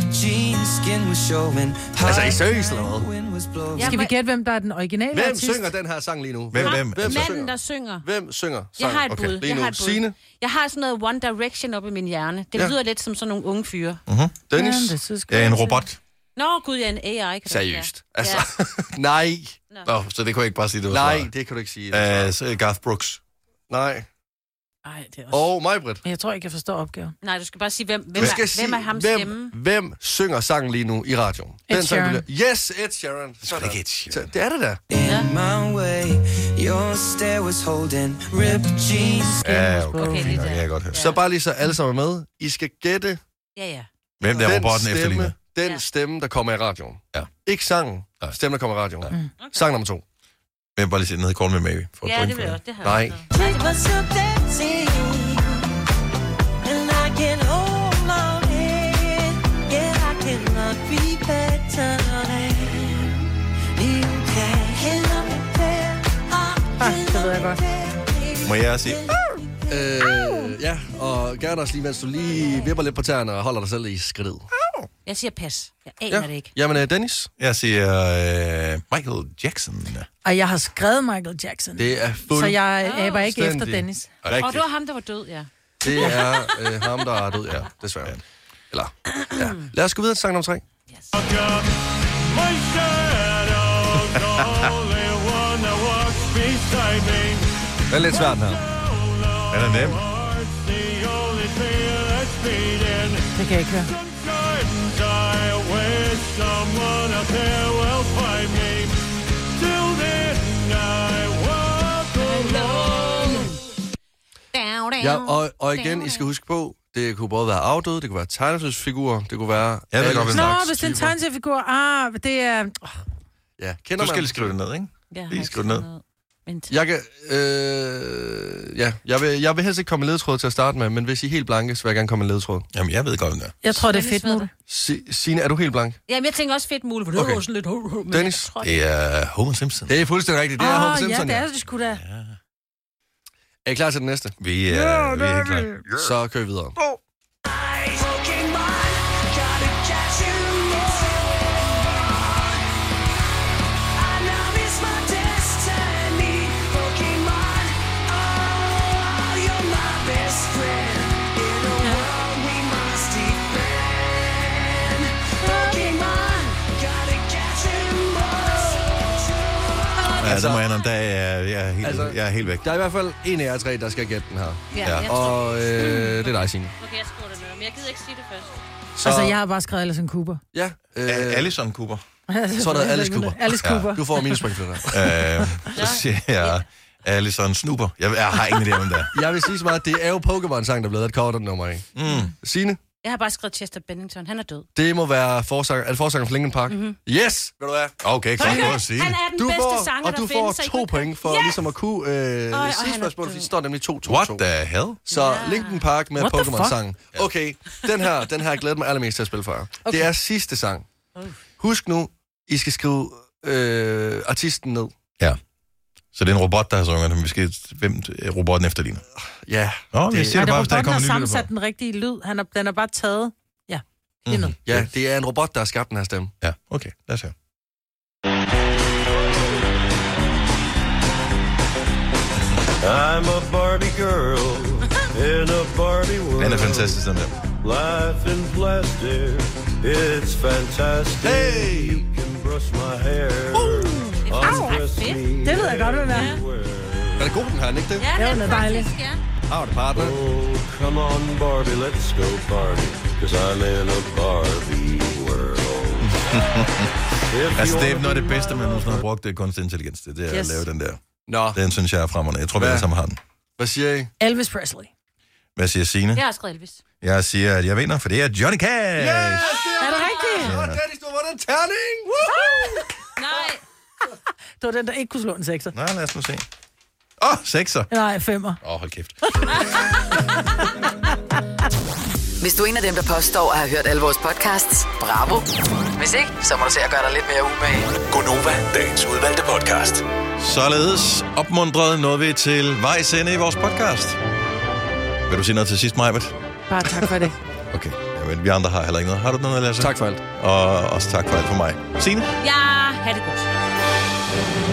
Altså, I seriøst eller hvad? Skal vi gætte, hvem der er den originale Hvem artist? synger den her sang lige nu? Hvem? Manden, der synger. Hvem synger sangen? Jeg har et bud. Lige nu. Signe? Jeg har sådan noget One Direction op i min hjerne. Det lyder lidt som sådan nogle unge fyre. Dennis? Ja, en robot. Nå, gud, jeg er en AI. Kan seriøst? Altså, nej. Nå, så det kunne jeg ikke bare sige, det var nej, det kan du ikke sige. Så Garth Brooks. Nej. Ej, det er også. Og Maj-Brit. Men jeg tror ikke, jeg forstår opgaven. Nej, du skal bare sige, hvem er ham stemme? Hvem synger sangen lige nu i radioen? Ed Sheeran. Yes, Ed Sheeran. Det er ikke Ed Sheeran. Det er det der. In my way, your stare was holding, ripped jeans. Ja, okay, det kan jeg godt høre. Så bare lige så alle sammen med. I skal gætte. Ja. Hvem der er robotten efterligner? Den stemme, der kommer i radioen. Ja. Ikke sangen. Stemmen, der kommer i radioen. Okay. Sang nummer 2. Hvem bare lige sætte ned i Call Me Maybe? Ja, det vil jeg også. Det har nej. Det ved jeg godt. Må jeg sige? Ja, og gerne også lige, mens du lige vipper lidt på tæerne og holder dig selv i skridtet. Jeg siger pas. Jeg aner det ikke. Jamen, Dennis? Jeg siger Michael Jackson. Og jeg har skrevet Michael Jackson. Det er så jeg aber ikke efter Dennis. Og det var ham, der var død, ja. Det er ham, der er død, ja. Desværre. Eller, ja. Lad os gå videre til sang nummer 3. Yes. Det er lidt svært, den her. Den er nem. Det kan jeg ikke høre. Ja, og igen, I skal huske på, det kunne både være afdøde, det kunne være tegnefilmsfigurer, det kunne være... Ja, det kan godt være. Nå, hvis det er en tegnefilmsfigur, det er... Ja, kender du skal man... skrive det ned, ikke? Lige skrive det ned. Jeg kan... jeg vil helst ikke komme med ledetråd til at starte med, men hvis I er helt blanke, så vil jeg gerne komme med ledetråd. Jamen, jeg ved godt, den er. Jeg tror, det er fedt mule. Signe, er du helt blank? Jamen, jeg tænker også fedt mule, for det er sådan lidt... Dennis? Det er Homer Simpson. Det er fuldstændig rigtigt, det er Homer Simpson. Ja, det er det sgu da. Er I klar til den næste? Vi er helt klar. Så kører vi videre. Ja, der må jeg jeg er helt væk. Der er i hvert fald en af jer tre, der skal gætte den her. Ja. Og det er dig, Signe. Okay, jeg skriver det ned, men jeg gider ikke sige det først. Så... Altså, jeg har bare skrevet Alison Cooper. Ja. Alison Cooper. Så er der Alice Cooper. Alice Cooper. Ja, du får minuspoint for det der. Så siger jeg Alison Snooper. Jeg har ingen idé om det. Jeg vil sige så meget, det er jo Pokémon-sang, der er blevet et cover, den nummer, ikke? Signe? Jeg har bare skrevet Chester Bennington. Han er død. Det må være forsanger. Er det forsanger for Linkin Park? Mm-hmm. Yes! Ved du hvad? Okay, så må jeg sige. Han er den bedste sanger, og du får 2 point for ligesom at kunne sidste spørgsmål, fordi det står nemlig 2-2-2. What the hell? Så Linkin Park med Pokémon-sangen. Okay, den her har jeg glædet mig allermest til at spille for jer. Okay. Det er sidste sang. Husk nu, I skal skrive artisten ned. Ja. Så det er en robot, der har sunget den. Vi skal hvem robotten efterligner. Ja. Nå, vi siger det bare, hvis der kommer har en sammensat den rigtige lyd. Den er bare taget. Ja. Mm-hmm. Ja, det er en robot, der har skabt den her stemme. Ja, okay. Lad os høre. I'm a Barbie girl in a Barbie world. Den er fantastisk, den der. Life in plastic, it's fantastic. Hey! You can brush my hair. Undress me. Det ved jeg godt, hvad det er. Er det god, den her, ikke det? Ja, det er dejligt. Har det partner? Oh, come on, Barbie, let's go party. 'Cause I'm in a Barbie world. Altså, det er noget af det bedste, man nogensinde har brugt, det er kunstig intelligens. Det er at lave den der. Nå. Den synes jeg er fremragende. Jeg tror, vi alle sammen har den. Hvad siger I? Elvis Presley. Hvad siger Signe? Jeg har skrevet Elvis. Jeg siger, at jeg vinder, for det er Johnny Cash. Yes, Er det rigtigt? Åh, Dennis, du var den terning! Nej. Det var den, der ikke kunne slå en 6'er. Nej, lad os nu se. 6'er. Nej, 5'er. Hold kæft. Hvis du er en af dem, der påstår at have hørt alle vores podcasts, bravo. Hvis ikke, så må du se at gøre dig lidt mere umage. Gonova, dagens udvalgte podcast. Således opmuntret nåede vi til vejs ende i vores podcast. Vil du sige noget til sidst, Majbert? Bare tak for det. Okay, men vi andre har heller ikke noget. Har du noget, Lasse? Tak for alt. Og også tak for alt for mig. Signe? Ja, ha' det godt.